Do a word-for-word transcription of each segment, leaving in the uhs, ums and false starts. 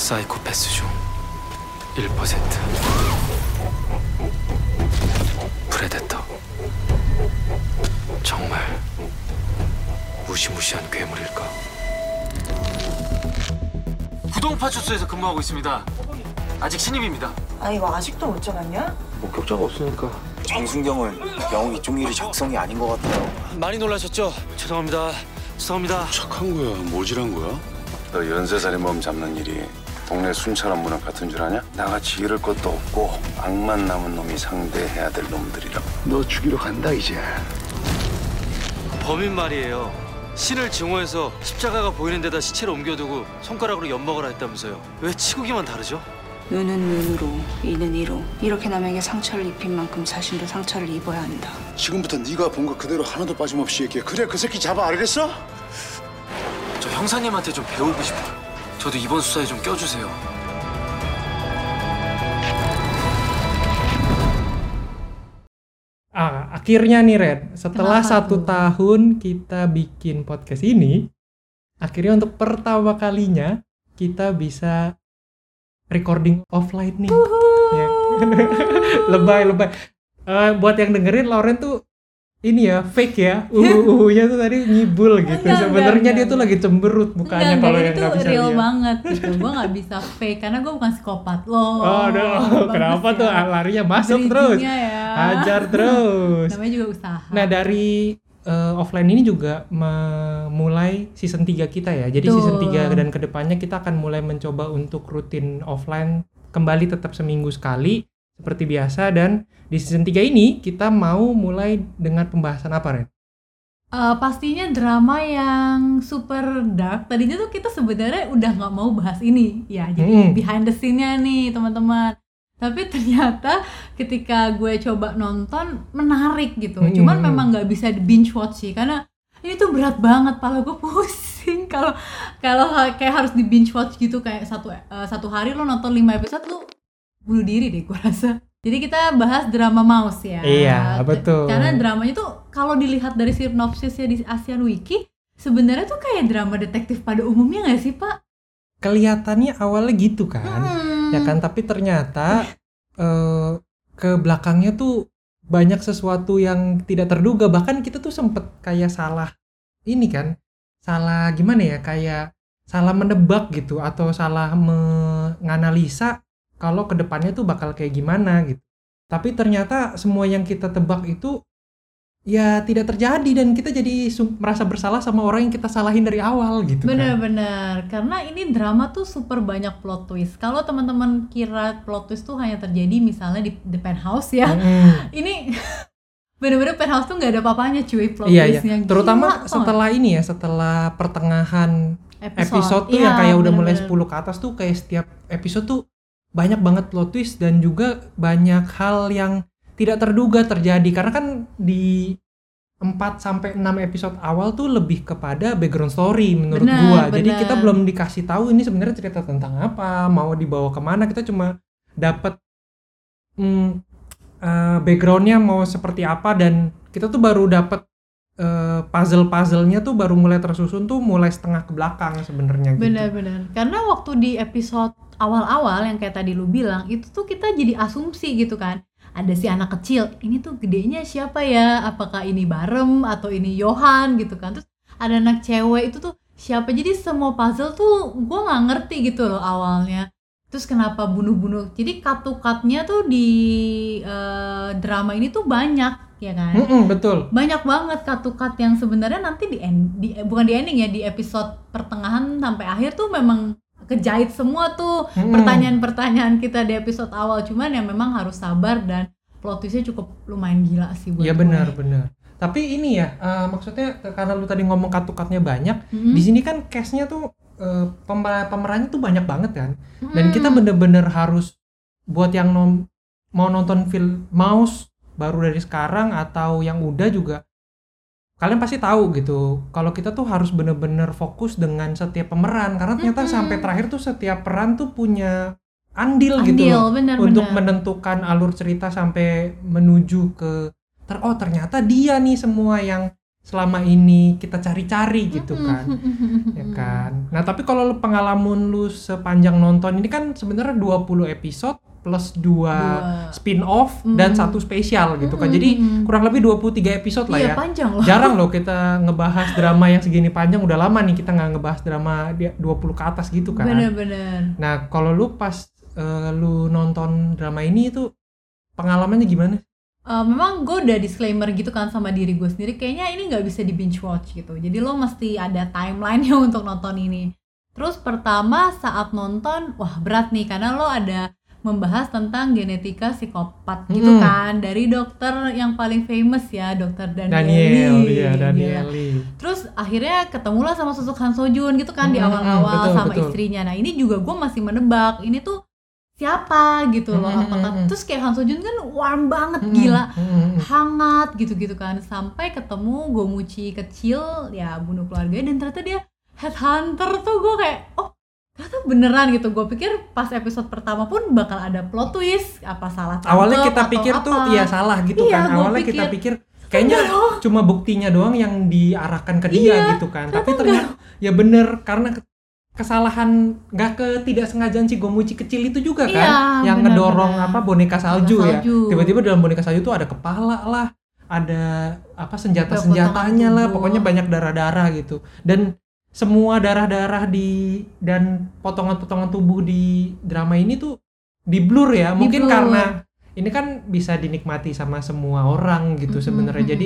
사이코패스 중 일 퍼센트 프레데터. 정말 무시무시한 괴물일까? 구동파출소에서 근무하고 있습니다. 아직 신입입니다. 아 이거 아직도 못 잡았냐? 목격자가 없으니까. 정순경은 영 이쪽 일이 적성이 아닌 것 같아요. 많이 놀라셨죠? 죄송합니다. 죄송합니다. 착한 거야, 모질한 거야? 너 연쇄살인범 잡는 일이 동네 순찰 업무랑 같은 줄 아냐? 나같이 잃을 것도 없고 악만 남은 놈이 상대해야 될 놈들이라. 너 죽이러 간다 이제. 범인 말이에요. 신을 증오해서 십자가가 보이는 데다 시체를 옮겨두고 손가락으로 엿먹으라 했다면서요. 왜 치국이만 다르죠? 눈은 눈으로, 이는 이로. 이렇게 남에게 상처를 입힌 만큼 자신도 상처를 입어야 한다. 지금부터 네가 본 거 그대로 하나도 빠짐없이 얘기해. 그래 그 새끼 잡아 알겠어? 저 형사님한테 좀 배우고 싶어요. 저도 이번 수사에 좀 껴주세요. Ah, akhirnya nih Red, setelah Kenapa satu tuh? tahun kita bikin podcast ini, akhirnya untuk pertama kalinya kita bisa recording offline nih. Ya. lebay lebay. Eh, buat yang dengerin, Lauren tuh ini ya fake ya, uhunya tuh tadi ngibul gitu. Enggak, Sebenarnya enggak, dia tuh lagi cemberut mukanya Enggak, kalau enggak, yang itu nggak bisa real lihat. banget gitu. Gue gak bisa fake karena gue bukan psikopat loh. Oh, aduh, kenapa tuh larinya masuk terus? Bridging-nya ya. Hajar terus. Namanya juga usaha. Nah dari uh, offline ini juga memulai season tiga kita ya. Jadi Betul. season tiga dan kedepannya kita akan mulai mencoba untuk rutin offline kembali tetap seminggu sekali seperti biasa. Dan di season tiga ini kita mau mulai dengan pembahasan apa, Ren? Uh, pastinya drama yang super dark. Tadinya tuh kita sebenarnya udah nggak mau bahas ini ya. Jadi Hmm. behind the scene-nya nih teman-teman. Tapi ternyata ketika gue coba nonton menarik gitu. Hmm. Cuman memang nggak bisa di binge watch sih karena ini tuh berat banget, pala gue pusing kalau kalau ha- kayak harus di binge watch gitu kayak satu uh, satu hari lo nonton lima episode lo bunuh diri deh gue rasa. Jadi kita bahas drama Mouse ya. Iya, betul. Karena dramanya tuh kalau dilihat dari sinopsisnya di Asian Wiki sebenarnya tuh kayak drama detektif pada umumnya nggak sih Pak? Kelihatannya awalnya gitu kan, Hmm. ya kan? Tapi ternyata eh, ke belakangnya tuh banyak sesuatu yang tidak terduga. Bahkan kita tuh sempet kayak salah ini kan, salah gimana ya, kayak salah menebak gitu atau salah menganalisa kalau kedepannya tuh bakal kayak gimana gitu. Tapi ternyata semua yang kita tebak itu ya tidak terjadi dan kita jadi su- merasa bersalah sama orang yang kita salahin dari awal gitu kan. Benar-benar, karena ini drama tuh super banyak plot twist. Kalau teman-teman kira plot twist tuh hanya terjadi misalnya di The Penthouse ya, Mm. ini bener-bener Penthouse tuh nggak ada apa-apanya cuy plot Iya iya. twistnya. Terutama Gila, setelah ini ya, setelah pertengahan episode, tuh Iya, yang kayak udah mulai bener-bener. sepuluh ke atas tuh kayak setiap episode tuh banyak banget plot twist dan juga banyak hal yang tidak terduga terjadi karena kan di empat sampai enam episode awal tuh lebih kepada background story menurut Benar, gua. Jadi benar. kita belum dikasih tahu ini sebenarnya cerita tentang apa, mau dibawa kemana. Kita cuma dapat hmm, uh, backgroundnya mau seperti apa dan kita tuh baru dapat uh, puzzle-puzzlenya tuh baru mulai tersusun tuh mulai setengah ke belakang sebenarnya gitu. Benar-benar. Karena waktu di episode awal-awal yang kayak tadi lu bilang, itu tuh kita jadi asumsi gitu kan. Ada si anak kecil, ini tuh gedenya siapa ya? Apakah ini Barem atau ini Johan gitu kan. Terus ada anak cewek itu tuh siapa? Jadi semua puzzle tuh gue nggak ngerti gitu loh awalnya. Terus kenapa bunuh-bunuh? Jadi cut-to-cut-nya tuh di eh, drama ini tuh banyak ya kan. Mm-mm, betul. Banyak banget cut-to-cut yang sebenarnya nanti di, end, di bukan di ending ya, di episode pertengahan sampai akhir tuh memang kejahit semua tuh Hmm. pertanyaan-pertanyaan kita di episode awal. Cuman ya memang harus sabar dan plot twistnya cukup lumayan gila sih buat Iya gue. benar benar. Tapi ini ya uh, maksudnya karena lu tadi ngomong cut-to-cut-nya banyak, Mm-mm. di sini kan cast-nya tuh uh, pemer- pemerannya tuh banyak banget kan. Dan Mm. kita bener-bener harus buat yang nom- mau nonton film Mouse baru dari sekarang atau yang udah juga kalian pasti tahu gitu. Kalau kita tuh harus bener-bener fokus dengan setiap pemeran karena ternyata Mm-mm. sampai terakhir tuh setiap peran tuh punya andil, Andil, gitu loh. benar-benar. Untuk menentukan alur cerita sampai menuju ke ter- oh ternyata dia nih semua yang selama ini kita cari-cari gitu kan. Ya kan. Nah, tapi kalau lu pengalaman lu sepanjang nonton ini kan sebenarnya dua puluh episode plus dua spin-off Mm. dan satu spesial gitu kan. Jadi kurang lebih dua puluh tiga episode lah Iya, ya. panjang loh. Jarang loh kita ngebahas drama yang segini panjang. Udah lama nih kita nggak ngebahas drama dia dua puluh ke atas gitu kan. Bener-bener. Nah, kalau lu pas uh, lu nonton drama ini itu pengalamannya gimana? Uh, memang gue udah disclaimer gitu kan sama diri gue sendiri, kayaknya ini nggak bisa di binge watch gitu. Jadi lo mesti ada timeline-nya untuk nonton ini. Terus pertama saat nonton, wah berat nih karena lo ada membahas tentang genetika psikopat gitu Hmm. kan, dari dokter yang paling famous ya, dokter Daniel, Daniel, Lee. iya Daniel Gila. Lee. Terus akhirnya ketemulah sama sosok Han Seo Joon gitu kan di Hmm, awal-awal betul, sama betul. istrinya. Nah ini juga gue masih menebak ini tuh siapa gitu loh. Hmm, Apakah hmm, hmm. terus kayak Han Seo Joon kan warm banget, Hmm, gila, hmm, hmm. hangat gitu-gitu kan, sampai ketemu Gomuchi kecil ya, bunuh keluarganya, dan ternyata dia headhunter. Tuh gue kayak oh ternyata beneran gitu. Gue pikir pas episode pertama pun bakal ada plot twist, apa salah tangkep Awalnya kita atau pikir apa. tuh iya salah gitu Iya, kan. gua Awalnya pikir, kita pikir kayaknya enggak cuma buktinya doang yang diarahkan ke dia Iya, gitu kan. ternyata Tapi ternyata ya bener karena ke- kesalahan nggak ketidaksengajaan si Gomuchi kecil itu juga kan, Iya, yang benar, ngedorong benar. apa boneka salju Boneka ya. salju. Tiba-tiba dalam boneka salju tuh ada kepala lah, ada apa senjata-senjatanya Potongan lah, tubuh. pokoknya banyak darah-darah gitu. Dan semua darah-darah di dan potongan-potongan tubuh di drama ini tuh di blur ya. Mungkin Di-blur. karena ini kan bisa dinikmati sama semua orang gitu Mm-mm, sebenarnya. mm-mm. Jadi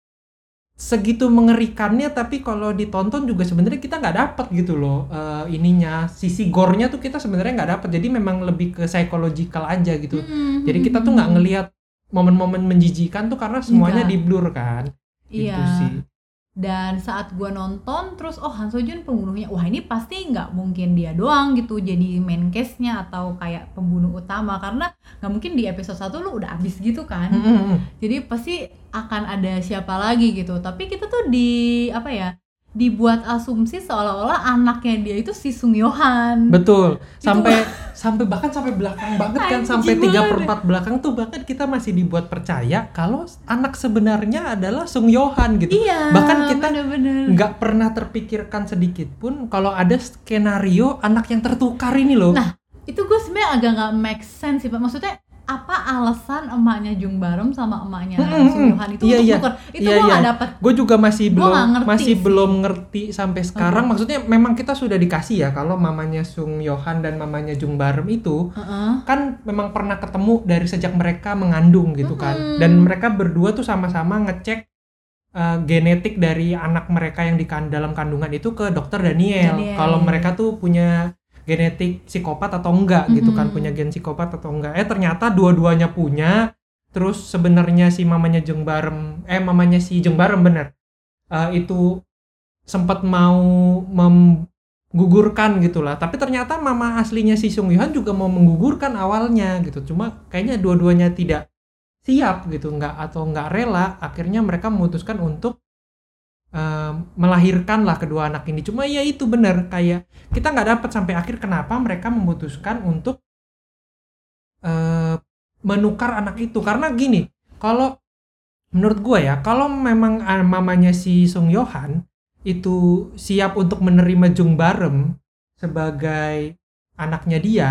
segitu mengerikannya, tapi kalau ditonton juga sebenarnya kita nggak dapat gitu loh eh, ininya, sisi gore-nya tuh kita sebenarnya nggak dapat. Jadi memang lebih ke psychological aja gitu. Hmm, Jadi kita tuh hmm, nggak ngelihat momen-momen menjijikan tuh karena semuanya Enggak. di blur kan. Gitu Iya. sih. Dan saat gua nonton terus oh Han Seo Joon pembunuhnya, wah ini pasti nggak mungkin dia doang gitu jadi main case-nya atau kayak pembunuh utama, karena nggak mungkin di episode satu lu udah abis gitu kan. Mm-mm. Jadi pasti akan ada siapa lagi gitu. Tapi kita tuh di apa ya, dibuat asumsi seolah-olah anaknya dia itu si Sung Yohan. Betul. Sampai sampai bahkan sampai belakang banget kan, Anjing sampai tiga banget. per empat belakang tuh bahkan kita masih dibuat percaya kalau anak sebenarnya adalah Sung Yohan gitu. Iya, Bahkan kita bener-bener. nggak pernah terpikirkan sedikit pun kalau ada skenario anak yang tertukar ini loh. Nah, itu gue sebenarnya agak nggak make sense sih Pak. Maksudnya apa alasan emaknya Jung Barum sama emaknya Mm-mm. Sung Yohan itu Iya, untuk iya. nuker? Itu Iya, gue iya. nggak dapet. Gue juga masih Gua belum nggak ngerti masih sih. belum ngerti sampai sekarang. Maksudnya memang kita sudah dikasih ya kalau mamanya Sung Yohan dan mamanya Jung Barum itu Heeh. kan memang pernah ketemu dari sejak mereka mengandung gitu kan. Mm-mm. Dan mereka berdua tuh sama-sama ngecek uh, genetik dari anak mereka yang di kan- dalam kandungan itu ke dokter Daniel. Daniel. Kalau mereka tuh punya genetik psikopat atau enggak gitu kan, Mm-mm. punya gen psikopat atau enggak. Eh ternyata dua-duanya punya. Terus sebenarnya si mamanya Jung Barum, eh mamanya si Jung Barum bener, uh, itu sempat mau menggugurkan gitulah. Tapi ternyata mama aslinya si Sung Yohan juga mau menggugurkan awalnya gitu. Cuma kayaknya dua-duanya tidak siap gitu, nggak atau nggak rela. Akhirnya mereka memutuskan untuk uh, melahirkan lah kedua anak ini. Cuma ya itu bener, kayak kita nggak dapat sampai akhir kenapa mereka memutuskan untuk uh, menukar anak itu. Karena gini, kalau menurut gue ya, kalau memang uh, mamanya si Sung Yohan itu siap untuk menerima Jung Barum sebagai anaknya dia,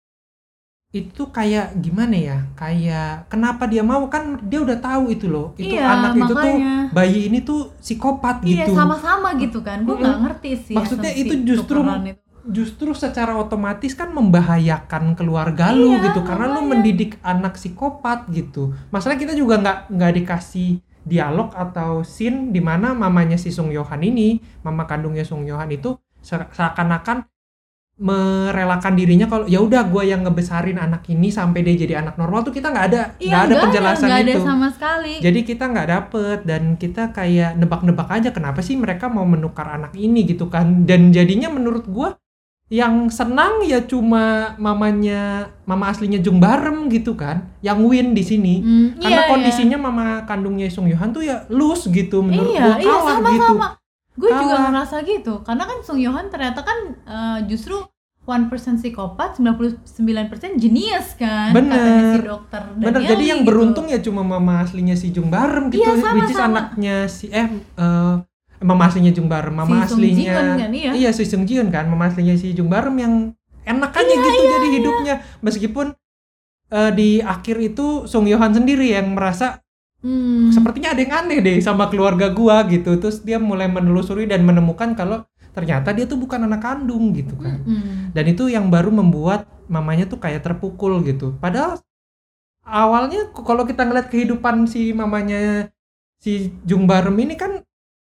itu kayak gimana ya, kayak kenapa dia mau, kan dia udah tahu itu loh, itu Iya, anak itu tuh, makanya. bayi ini tuh psikopat Iya, gitu. sama-sama gitu kan. Gue nggak Mm-mm. ngerti sih. Maksudnya asumsi itu justru tukeran itu. justru secara otomatis kan membahayakan keluarga lu Iya, gitu, karena lu makanya. mendidik anak psikopat gitu. Masalah kita juga nggak nggak dikasih dialog atau scene di mana mamanya si Sung Yohan ini, mama kandungnya Sung Yohan itu se- seakan-akan merelakan dirinya kalau ya udah gue yang ngebesarin anak ini sampai dia jadi anak normal tuh, kita nggak ada nggak Iya, ada penjelasan nggak itu. ada sama sekali. Jadi kita nggak dapet, dan kita kayak nebak-nebak aja kenapa sih mereka mau menukar anak ini gitu kan. Dan jadinya menurut gua yang senang ya cuma mamanya, mama aslinya Jung Barum gitu kan, yang win di sini. Hmm, Karena iya, kondisinya mama kandungnya Sung Yohan tuh ya lose gitu menurut iya, gua, iya, kalah sama-sama. gitu. Gue juga Kalah. ngerasa gitu, karena kan Sung Yohan ternyata kan eh, justru one percent psikopat, sembilan puluh sembilan persen jenius kan. Bener. Katanya si dokter Bener, Danieli jadi yang gitu. beruntung ya cuma mama aslinya si Jung Barem gitu, Iya, sama, which is sama. anaknya si eh eh, mama aslinya Jung Barem, mama Si Sung aslinya Ji-eun kan, iya. si Sung Ji-eun kan, mama aslinya si Jung Barem yang enak aja Iya, gitu iya, jadi iya. hidupnya, meskipun eh, di akhir itu Sung Yo Han sendiri yang merasa Hmm. sepertinya ada yang aneh deh sama keluarga gua gitu, terus dia mulai menelusuri dan menemukan kalau ternyata dia tuh bukan anak kandung gitu kan. Mm-mm. Dan itu yang baru membuat mamanya tuh kayak terpukul gitu. Padahal awalnya k- kalau kita ngeliat kehidupan si mamanya si Jung Barem ini kan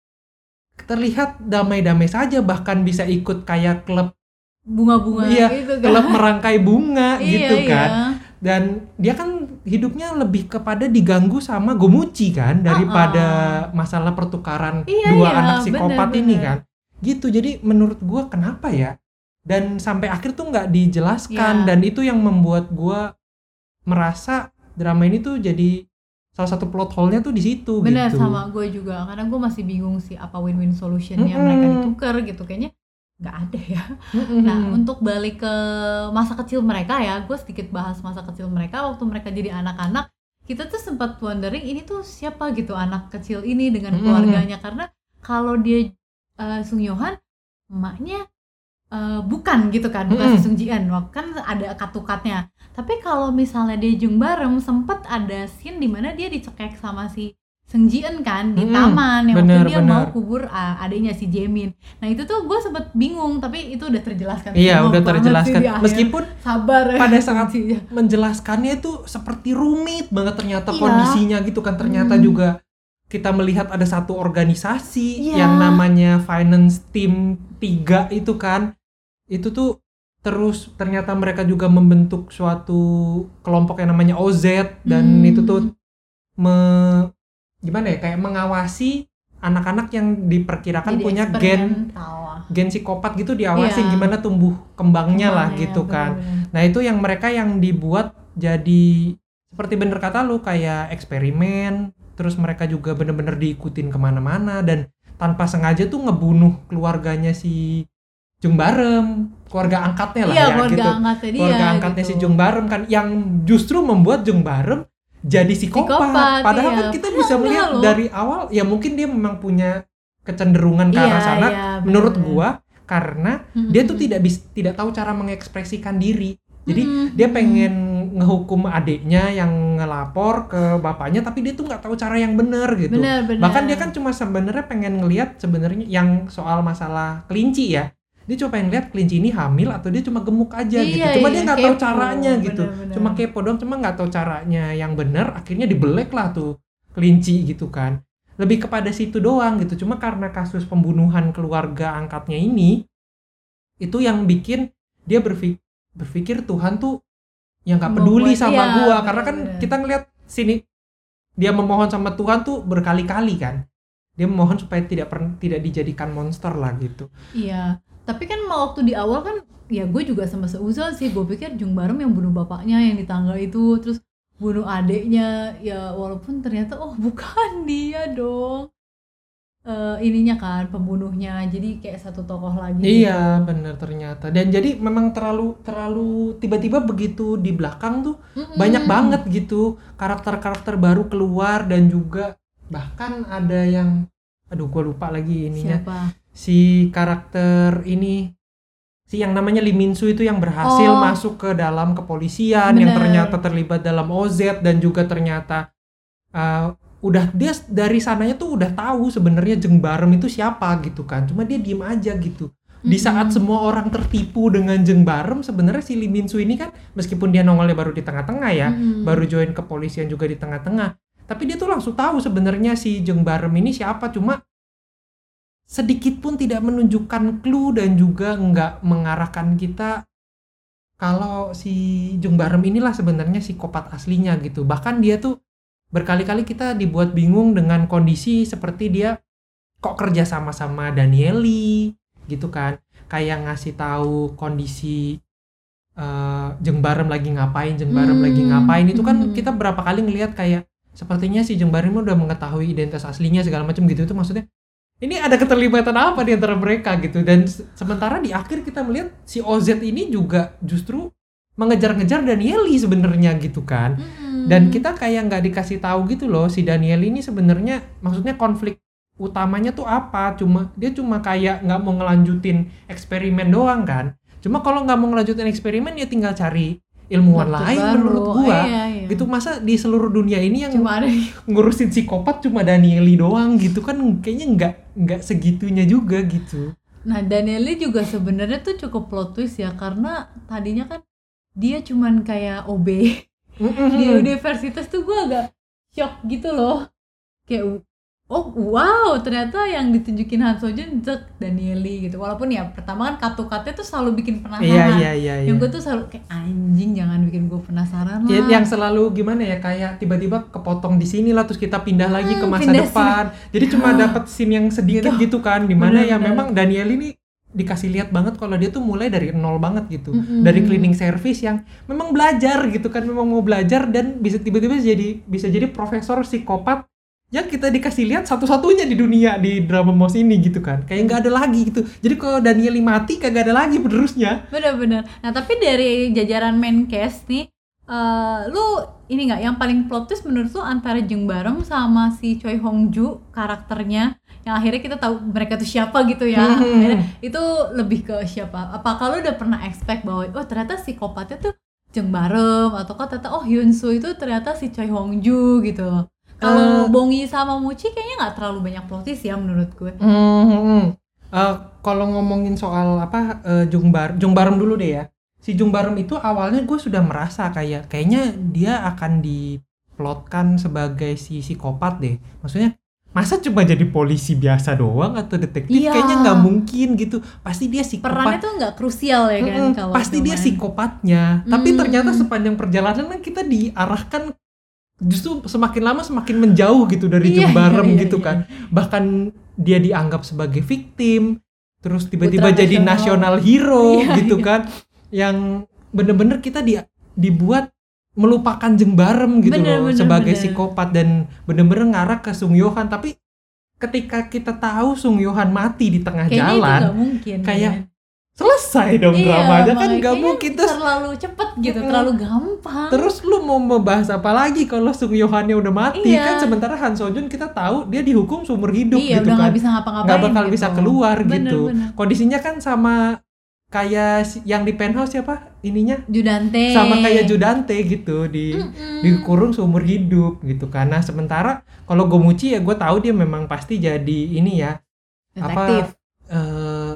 terlihat damai-damai saja, bahkan bisa ikut kayak klub Bunga-bunga iya, gitu kan. klub merangkai bunga gitu Iya, kan. iya. Dan dia kan hidupnya lebih kepada diganggu sama Gomuchi kan daripada masalah pertukaran Iya, dua iya, anak psikopat bener, ini bener. kan. Gitu. Jadi menurut gua kenapa ya? Dan sampai akhir tuh nggak dijelaskan, Iya. dan itu yang membuat gua merasa drama ini tuh jadi salah satu plot hole-nya tuh di situ Bener, gitu. sama gue juga, karena gue masih bingung sih apa win-win solutionnya Mm-mm. mereka ditukar gitu, kayaknya nggak ada ya. Mm-mm. Nah, untuk balik ke masa kecil mereka ya, gue sedikit bahas masa kecil mereka waktu mereka jadi anak-anak. Kita tuh sempat wondering ini tuh siapa gitu anak kecil ini dengan Mm-mm. keluarganya, karena kalau dia uh, Sung Yo Han, emaknya uh, bukan gitu kan, bukan Mm-mm. si Sung Ji Eun, kan ada katukatnya. Tapi kalau misalnya dia Jung Barem, sempet ada scene dimana dia dicekek sama si Sung Ji Eun kan di Mm-mm. taman yang Bener, waktu dia bener. mau kubur uh, adiknya si Jaemin. Nah itu tuh gue sempet bingung, tapi itu udah terjelaskan. Iya, semua udah banget terjelaskan. sih di akhir. Meskipun Sabar ya. pada saat Sih, ya. menjelaskannya itu seperti rumit banget ternyata Iya. kondisinya gitu kan. Ternyata Hmm. juga kita melihat ada satu organisasi Iya. yang namanya Finance Team tiga itu kan. Itu tuh terus ternyata mereka juga membentuk suatu kelompok yang namanya O Z, dan Hmm. itu tuh me, gimana ya, kayak mengawasi anak-anak yang diperkirakan Jadi punya gen eksperimental lah. gen psikopat gitu, diawasin Iya. gimana tumbuh kembangnya lah Kembangnya, gitu kan. bener-bener. Nah itu yang mereka yang dibuat jadi seperti bener kata lu kayak eksperimen, terus mereka juga bener-bener diikutin kemana-mana dan tanpa sengaja tuh ngebunuh keluarganya si Jung Barem, keluarga angkatnya lah Iya, ya keluarga gitu. angkatnya dia Keluarga angkatnya gitu. si Jung Barem kan yang justru membuat Jung Barem jadi psikopat. Psikopat, Padahal iya. kan kita Padahal bisa enggak melihat loh. dari awal ya mungkin dia memang punya kecenderungan ke arah Iya, sana. iya, Menurut bener. gua karena Mm-mm. dia tuh tidak bis, tidak tahu cara mengekspresikan diri. Jadi Mm-mm. dia pengen ngehukum adiknya yang ngelapor ke bapaknya, tapi dia tuh nggak tahu cara yang benar gitu. Bener, bener. Bahkan dia kan cuma sebenarnya pengen ngelihat sebenarnya yang soal masalah kelinci ya. Dia cuma pengen lihat kelinci ini hamil atau dia cuma gemuk aja gitu. Iya, Cuma iya, dia nggak tahu kepo. caranya gitu. Bener-bener. Cuma kepo doang, cuma nggak tahu caranya yang benar. Akhirnya dibelek lah tuh kelinci gitu kan. Lebih kepada situ doang gitu. Cuma karena kasus pembunuhan keluarga angkatnya ini, itu yang bikin dia berpikir, berpikir Tuhan tuh yang nggak peduli Membuat- sama iya, gua. Karena kan bener-bener. kita ngeliat sini dia memohon sama Tuhan tuh berkali-kali kan. Dia memohon supaya tidak pernah tidak dijadikan monster lah gitu. Iya, tapi kan waktu di awal kan ya gue juga sama seuzon sih, gue pikir Jung Barem yang bunuh bapaknya yang di tangga itu, terus bunuh adeknya, ya walaupun ternyata oh bukan dia dong. Eh, ininya kan pembunuhnya, jadi kayak satu tokoh lagi. Iya bener ternyata. Dan jadi memang terlalu terlalu tiba-tiba begitu di belakang tuh Mm-mm. banyak banget gitu karakter-karakter baru keluar, dan juga bahkan ada yang aduh gue lupa lagi ininya. Siapa? Si karakter ini, si yang namanya Lee Min Soo itu yang berhasil Oh. masuk ke dalam kepolisian, yang Bener. ternyata terlibat dalam O Z, dan juga ternyata uh, udah dia dari sananya tuh udah tahu sebenarnya Jung Barem itu siapa gitu kan, cuma dia diem aja gitu. Di saat Mm-mm. semua orang tertipu dengan Jung Barem, sebenarnya si Lee Min Soo ini kan meskipun dia nongolnya baru di tengah-tengah ya, Mm-mm. baru join kepolisian juga di tengah-tengah, tapi dia tuh langsung tahu sebenarnya si Jung Barem ini siapa, cuma sedikit pun tidak menunjukkan clue dan juga nggak mengarahkan kita kalau si Jung Barem inilah sebenarnya psikopat aslinya gitu. Bahkan dia tuh berkali-kali kita dibuat bingung dengan kondisi seperti dia kok kerja sama-sama Danieli gitu kan, kayak ngasih tahu kondisi uh, Jung Barem lagi ngapain, Jung Barem Hmm. lagi ngapain, itu kan Hmm. kita berapa kali ngelihat kayak sepertinya si Jung Barem udah mengetahui identitas aslinya segala macam gitu. Itu maksudnya ini ada keterlibatan apa di antara mereka gitu. Dan se- sementara di akhir kita melihat si O Z ini juga justru mengejar-ngejar Danieli sebenarnya gitu kan. Mm-mm. Dan kita kayak nggak dikasih tahu gitu loh si Daniel ini sebenarnya maksudnya konflik utamanya tuh apa. Cuma dia cuma kayak nggak mau ngelanjutin eksperimen doang kan. Cuma kalau nggak mau ngelanjutin eksperimen ya tinggal cari ilmuwan Dokter lain baru. menurut gua. Iya, iya. Gitu masa di seluruh dunia ini yang Cuma ada ngurusin psikopat cuma Danieli doang gitu kan, kayaknya nggak nggak segitunya juga gitu. Nah, Danieli juga sebenarnya tuh cukup plot twist ya, karena tadinya kan dia cuman kayak O B di universitas tuh gue agak shock gitu loh. Kayak oh wow, ternyata yang ditunjukin Han So Jun cek Danieli gitu. Walaupun ya pertama kan cut-to-cutnya tuh selalu bikin penasaran. Iya iya iya. Yang iya. gue tuh selalu kayak anjing, jangan bikin gue penasaran lah. Ya, yang selalu gimana ya kayak tiba-tiba kepotong di sini lah terus kita pindah lagi ke Hmm, masa pindah depan. Jadi cuma dapat scene yang sedikit gitu, kan dimana ya Bener-bener. memang Daniel ini dikasih lihat banget kalau dia tuh mulai dari nol banget gitu. Mm-mm. Dari cleaning service yang memang belajar gitu kan, memang mau belajar dan bisa tiba-tiba jadi bisa jadi profesor psikopat yang kita dikasih lihat satu-satunya di dunia di drama Mouse ini gitu kan. Kayak nggak ada lagi gitu. Jadi kalau Danieli mati kagak ada lagi penerusnya. Bener-bener. Nah tapi dari jajaran main cast nih, uh, lu ini nggak yang paling plot twist menurut lu antara Jung Barem sama si Choi Hong Ju karakternya yang akhirnya kita tahu mereka tuh siapa gitu ya. Hmm. Akhirnya itu lebih ke siapa? Apakah lu udah pernah expect bahwa oh ternyata psikopatnya tuh Jung Barem, atau kok ternyata oh Hyun Soo itu ternyata si Choi Hong Ju gitu. Kalau Uh. Bongi sama Muchi kayaknya nggak terlalu banyak plot twist ya menurut gue. Hmm, hmm, hmm. Uh, kalau ngomongin soal apa uh, Jung Bar Jung Barem dulu deh ya. Si Jung Barem itu awalnya gue sudah merasa kayak kayaknya dia akan diplotkan sebagai si psikopat deh. Maksudnya masa cuma jadi polisi biasa doang atau detektif? Iya. Kayaknya nggak mungkin gitu. Pasti dia psikopat. Perannya tuh nggak krusial ya kan Mm-mm, kalau pasti dia cuman- psikopatnya. Tapi Mm. ternyata sepanjang perjalanan kan kita diarahkan justru semakin lama semakin menjauh gitu dari Iya, Jung Barem iya, iya, gitu iya. kan. Bahkan dia dianggap sebagai victim, terus tiba-tiba Putra jadi nasional. national hero Iya, gitu iya. kan. Yang bener-bener kita di, dibuat melupakan Jung Barem gitu Bener, loh bener, sebagai bener. psikopat dan bener-bener ngarah ke Sung Yohan. Tapi ketika kita tahu Sung Yohan mati di tengah Kayaknya jalan, itu nggak mungkin. kayak kan? selesai dong Iya, dramanya kan makanya nggak mungkin. Terus terlalu cepet gitu, Mm-mm. terlalu gampang. Terus lu mau membahas apa lagi kalau Sung Yohannya udah mati? Iya. Kan sementara Han So Jun kita tahu dia dihukum seumur hidup Iya, gitu udah kan. nggak bisa ngapa-ngapain. Nggak bakal gitu. bisa keluar Bener, gitu. bener. Kondisinya kan sama kayak si- yang di penthouse siapa ininya? Judante. Sama kayak Judante gitu di Mm-mm. dikurung seumur hidup gitu. Karena sementara kalau Gomuchi ya gue tahu dia memang pasti jadi ini ya Detektif. apa eh,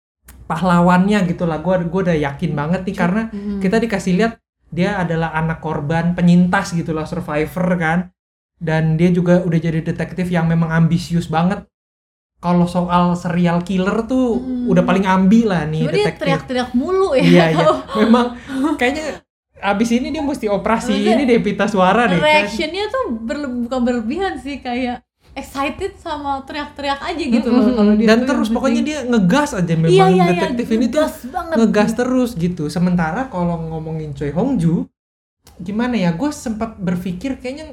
pahlawannya gitu lah. Gue gue udah yakin banget nih karena Mm-mm. kita dikasih lihat dia adalah anak korban penyintas gitulah, survivor kan, dan dia juga udah jadi detektif yang memang ambisius banget. Kalau soal serial killer tuh Hmm. udah paling ambi lah nih Cuma dia detektif. teriak-teriak mulu ya. Iya iya, memang kayaknya abis ini dia mesti operasi Maksudnya, ini deh pita suara deh kan. Reactionnya tuh berle- bukan berlebihan sih, kayak excited sama teriak-teriak aja gitu loh Mm-mm. kalau dia Dan tuh terus yang pokoknya penting. dia ngegas aja memang Iya, iya, iya, detektif ini tuh ngegas banget. ngegas terus gitu. Sementara kalau ngomongin Choi Hong Ju, gimana ya? Gue sempat berpikir kayaknya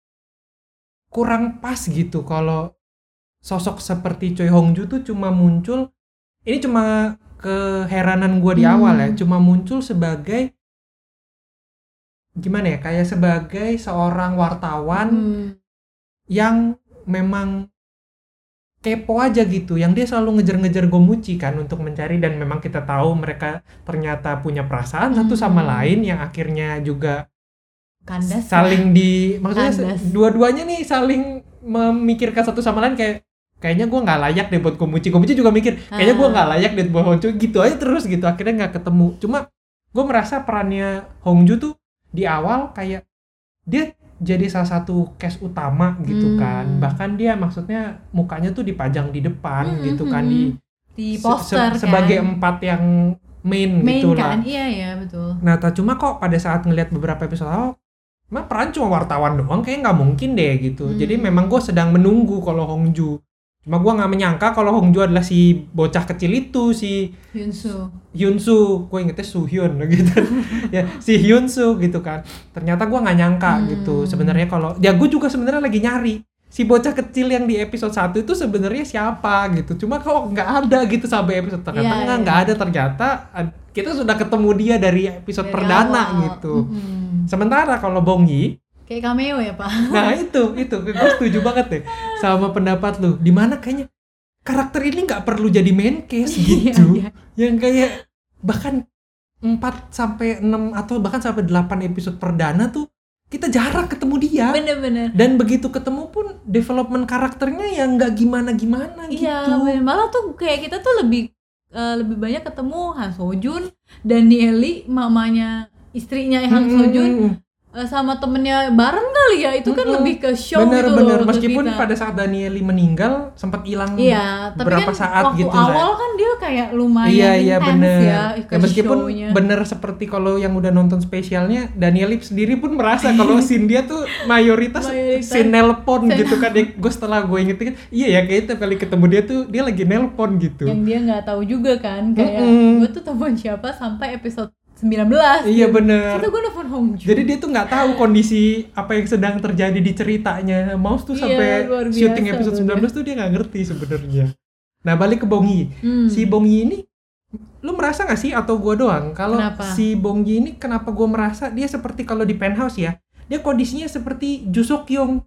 kurang pas gitu kalau sosok seperti Choi Hong Ju tuh cuma muncul. Ini cuma keheranan gue di Hmm. awal ya, cuma muncul sebagai gimana ya? Kayak sebagai seorang wartawan Hmm. yang memang kepo aja gitu, yang dia selalu ngejar-ngejar Gomuchi kan untuk mencari, dan memang kita tahu mereka ternyata punya perasaan satu sama Hmm. lain yang akhirnya juga Kandas. saling di maksudnya Kandas. se- dua-duanya nih saling memikirkan satu sama lain kayak kayaknya gue nggak layak deh buat Gomuchi. Gomuchi juga mikir kayaknya gue Ah. nggak layak deh buat Hongju, gitu aja terus gitu, akhirnya nggak ketemu. Cuma gue merasa perannya Hongju tuh di awal kayak dia jadi salah satu case utama gitu Hmm. kan, bahkan dia maksudnya mukanya tuh dipajang di depan Hmm, gitu hmm, kan hmm. di di se- poster se- sebagai kan. empat yang main, Main gitu kan, lah. iya ya betul. Nah, tak cuma kok pada saat ngelihat beberapa episode awal, emang peran cuma wartawan doang, kayak nggak mungkin deh gitu. Hmm. Jadi memang gue sedang menunggu kalau Hongju. Cuma gue nggak menyangka kalau Hongju adalah si bocah kecil itu, si Hyunsu. Hyunsu. Gue ingetnya Suhyun gitu. Ya, si Hyunsu gitu kan. Ternyata gue nggak nyangka Hmm. gitu. Sebenarnya kalau ya gue juga sebenarnya lagi nyari si bocah kecil yang di episode satu itu sebenarnya siapa gitu. Cuma kok nggak ada gitu sampai episode tengah-tengah, Iya, iya. nggak ada ternyata ad- kita sudah ketemu dia dari episode Dari perdana awal. gitu. Mm-mm. Sementara kalau Bong Yi, Kayak cameo ya Pak. nah itu itu gue setuju banget deh sama pendapat lu. Dimana kayaknya karakter ini nggak perlu jadi main case gitu, Iya, iya. yang kayak bahkan empat sampai enam atau bahkan sampai delapan episode perdana tuh kita jarang ketemu dia. Bener-bener. Dan begitu ketemu pun development karakternya yang nggak gimana-gimana gitu. Iya, bener. Malah tuh kayak kita tuh lebih eh, lebih banyak ketemu Han Sojun, Danieli, mamanya istrinya Han Hmm, Sojun, eh, sama temennya bareng kali ya. Itu kan Mm-mm. lebih ke show bener, gitu bener. loh. ke Meskipun kita. pada saat Danieli meninggal sempat hilang Iya, tapi beberapa kan saat waktu gitu awal lah. kan dia kayak lumayan Iya iya intens bener. ya, ke Ya, meskipun show-nya. bener seperti kalau yang udah nonton spesialnya, Danieli sendiri pun merasa kalau scene dia tuh mayoritas, Mayoritas scene nelpon scene- gitu kan. Gue setelah gue inget-inget, iya ya kayak tiap kali ketemu dia tuh dia lagi nelpon gitu. Yang dia nggak tahu juga kan, kayak Mm-mm. gue tuh telepon siapa sampai episode sembilan belas. Iya bener. Itu gue nelfon Hongju. Jadi dia tuh nggak tahu kondisi apa yang sedang terjadi di ceritanya. Mouse tuh Iya, sampai luar biasa, syuting episode luar sembilan belas tuh dia nggak ngerti sebenarnya. Nah balik ke Bong Yi. Hmm. Si Bong Yi ini, lu merasa nggak sih atau gua doang? Kalau Kenapa? si Bong Yi ini kenapa gua merasa dia seperti kalau di Penthouse ya, dia kondisinya seperti Ju Sok Kyung,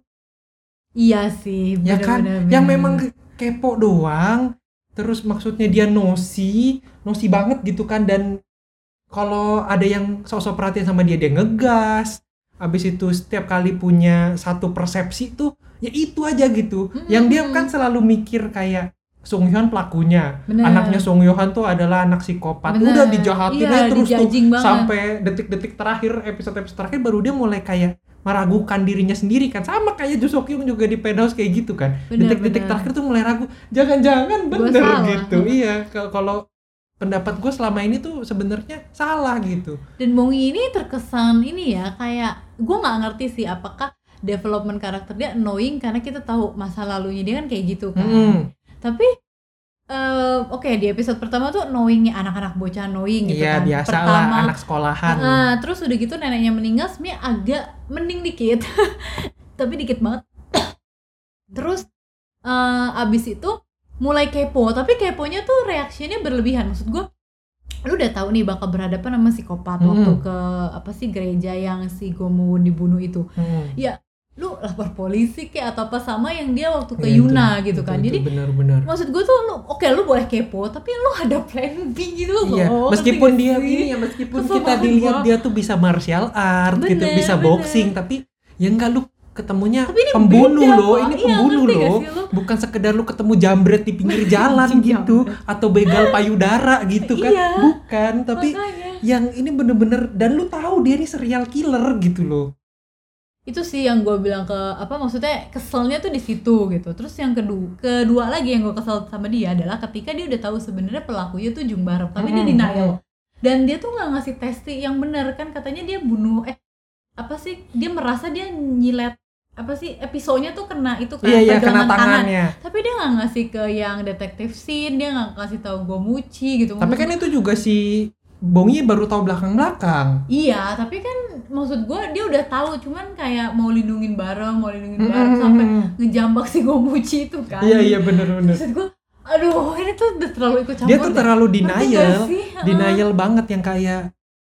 Iya sih, ya kan? bener-bener. Yang memang kepo doang. Terus maksudnya dia nosi, nosi banget gitu kan. Dan kalau ada yang sosok perhatian sama dia, dia ngegas. Habis itu setiap kali punya satu persepsi tuh, ya itu aja gitu. Hmm. Yang dia kan selalu mikir kayak Sung Hyun pelakunya, Bener. anaknya Sung Hyun tuh adalah anak psikopat. Bener. Udah dijahatin Iya, aja terus tuh dijudging banget. sampai detik-detik terakhir, episode-episode terakhir baru dia mulai kayak meragukan dirinya sendiri kan. Sama kayak Ju Sok Kyung juga di Penthouse kayak gitu kan. Bener, Detik-detik bener. terakhir tuh mulai ragu, jangan-jangan Gua bener salah. gitu. Iya, k- kalau pendapat gue selama ini tuh sebenarnya salah gitu. Dan Bong Yi ini terkesan ini ya, kayak gue nggak ngerti sih apakah development karakter dia annoying karena kita tahu masa lalunya dia kan kayak gitu kan. Hmm. Tapi eh, oke di episode pertama tuh annoyingnya anak-anak bocah annoying gitu Iya kan. biasa lah Pertama, anak sekolahan. ah, terus udah gitu neneknya meninggal sebenarnya agak mending dikit, tapi dikit banget. Terus eh, abis itu mulai kepo, tapi keponya tuh reaksinya berlebihan. Maksud gue, lu udah tahu nih bakal berhadapan sama psikopat Hmm. waktu ke apa sih gereja yang si Gomu dibunuh itu. Hmm. Ya, lu lapor polisi kayak atau apa sama yang dia waktu ke Ya, itu, Yuna gitu itu, kan. itu Jadi benar-benar. maksud gue tuh lu oke lu boleh kepo, tapi lu ada plan B gitu loh. Iya, Ngerti meskipun gak dia sih? ini ya meskipun Kesel kita banget dilihat gua. dia tuh bisa martial art gitu, Bener, bisa bener. boxing, tapi ya enggak lu ketemunya Tapi ini pembunuh beda, loh, Pak. ini Iya, pembunuh ngerti gak loh, sih lu? bukan sekedar lu ketemu jambret di pinggir jalan Anjing gitu, jambret. atau begal payudara gitu kan, Iya. bukan, tapi Makanya. yang ini bener-bener, dan lu tahu dia ini serial killer gitu loh. Itu sih yang gue bilang ke apa maksudnya keselnya tuh di situ gitu. Terus yang kedua kedua lagi yang gue kesel sama dia adalah ketika dia udah tahu sebenarnya pelakunya tuh Jung Barak, tapi dia Mm-mm. denial. Dan dia tuh nggak ngasih testi yang benar kan, katanya dia bunuh eh apa sih dia merasa dia nyilet apa sih episodenya tuh kena itu kan Iya iya kena pergelangan tangan. tangannya. Tapi dia nggak ngasih ke yang detektif scene, dia nggak kasih tahu Gomuchi gitu. Tapi kan itu juga si Bong Yi baru tahu belakang-belakang. Iya, tapi kan maksud gue dia udah tahu, cuman kayak mau lindungin bareng, mau lindungin Mm-mm. bareng sampai ngejambak si Gomuchi itu kan. Iya iya bener-bener. Maksud gue, aduh ini tuh udah terlalu ikut campur. Dia tuh deh. terlalu Ngerti denial, gak sih? denial banget yang kayak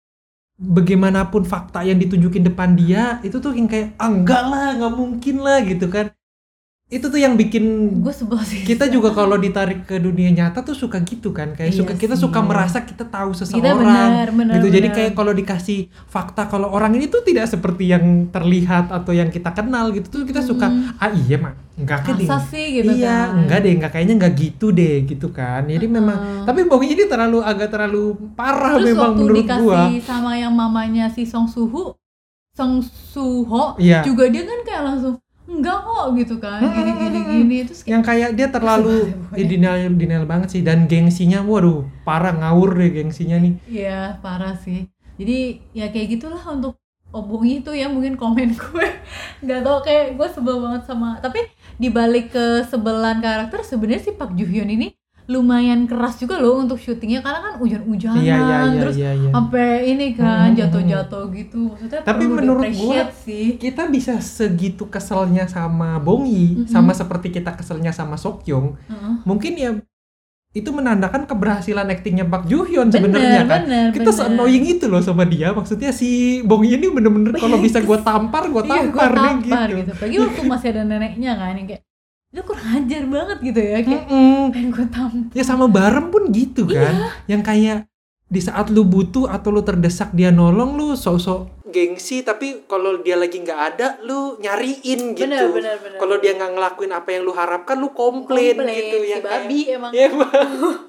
bagaimanapun fakta yang ditunjukin depan dia itu tuh yang kayak ah, enggak lah, nggak mungkin lah gitu kan. Itu tuh yang bikin Gue sebel sih. kita juga kalau ditarik ke dunia nyata tuh suka gitu kan, kayak Iya suka kita sih. suka merasa kita tahu Kita seseorang benar, benar, gitu. Jadi benar. kayak kalau dikasih fakta kalau orang ini tuh tidak seperti yang terlihat atau yang kita kenal gitu tuh kita suka Hmm. ah iya mah enggak kayak Masa deh. sih gitu Iya, kan. enggak deh, enggak kayaknya enggak gitu deh gitu kan. Jadi memang Uh-uh. tapi Bong Yi ini terlalu agak terlalu parah Terus memang waktu menurut dikasih gua. sama yang mamanya si Song Suhu, Song Suho, Iya. juga dia kan kayak langsung enggak kok gitu kan, Hmm, gini-gini hmm, gini terus kayak Yang kayak dia terlalu Kesel eh, denial denial banget sih, dan gengsinya waduh parah, ngawur deh gengsinya nih. iya parah sih. Jadi ya kayak gitulah untuk Bong Yi itu ya mungkin komen gue nggak tau, kayak gue sebel banget sama, tapi dibalik kesebelan karakter sebenarnya si Park Ju Hyun ini lumayan keras juga loh untuk syutingnya karena kan hujan-hujanan Iya, iya, iya, terus iya, iya. sampai ini kan Hmm, jatuh-jatuh gitu. Maksudnya Tapi perlu menurut di-appreciate gua, sih. kita bisa segitu keselnya sama Bong Yi, Mm-mm. sama seperti kita keselnya sama Sokyung. Heeh. Mungkin ya itu menandakan keberhasilan aktingnya Park Joo Hyun Bener, sebenarnya kan. bener, Kita bener. se-annoying itu loh sama dia. Maksudnya si Bong Yi ini bener-bener kalau bisa gue tampar, gue Iya, tampar, gua nih tampar gitu. gitu. Apalagi waktu masih ada neneknya kan yang kayak itu kurang ajar banget gitu ya kayak Mm-mm. pengen gue tampar. Ya sama Barem pun gitu kan. Yang kayak di saat lu butuh atau lu terdesak dia nolong, lu sok-sok gengsi, tapi kalau dia lagi nggak ada lu nyariin gitu. Bener, bener, bener. Kalau dia nggak ngelakuin apa yang lu harapkan, lu komplain, Komplain, gitu si ya kan. babi emang. Iya, Bang.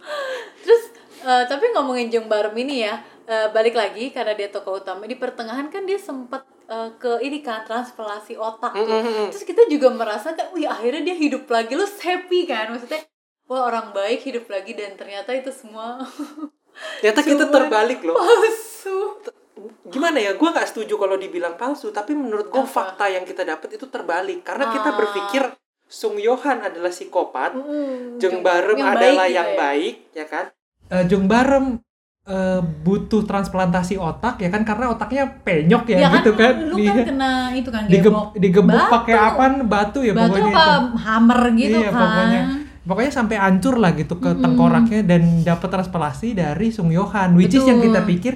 Terus eh, tapi ngomongin Jung Barem ini ya, eh, balik lagi karena dia tokoh utama di pertengahan kan dia sempat eh, ke ini kan transplantasi otak tuh. Mm-mm. Terus kita juga merasakan, wih akhirnya dia hidup lagi, lu happy kan? Maksudnya, wah orang baik hidup lagi dan ternyata itu semua Ternyata kita Cuman terbalik loh. palsu. Gimana ya, gue nggak setuju kalau dibilang palsu, tapi menurut gue Apa? fakta yang kita dapat itu terbalik karena kita Ah. berpikir Sung Yohan adalah psikopat, Mm, Jung Barem yang adalah baik yang gitu ya. baik, ya kan? Uh, Jung Barem uh, butuh transplantasi otak ya kan, karena otaknya penyok ya, Ya gitu kan, lu Dia kan kena itu kan digeb- gebok digebuk batu. pakai apaan, batu ya batu pokoknya apa itu. hammer gitu Iya, kan. pokoknya pokoknya sampai hancur lah gitu ke Mm-mm. tengkoraknya dan dapat transplantasi dari Sung Yohan, which is Betul. yang kita pikir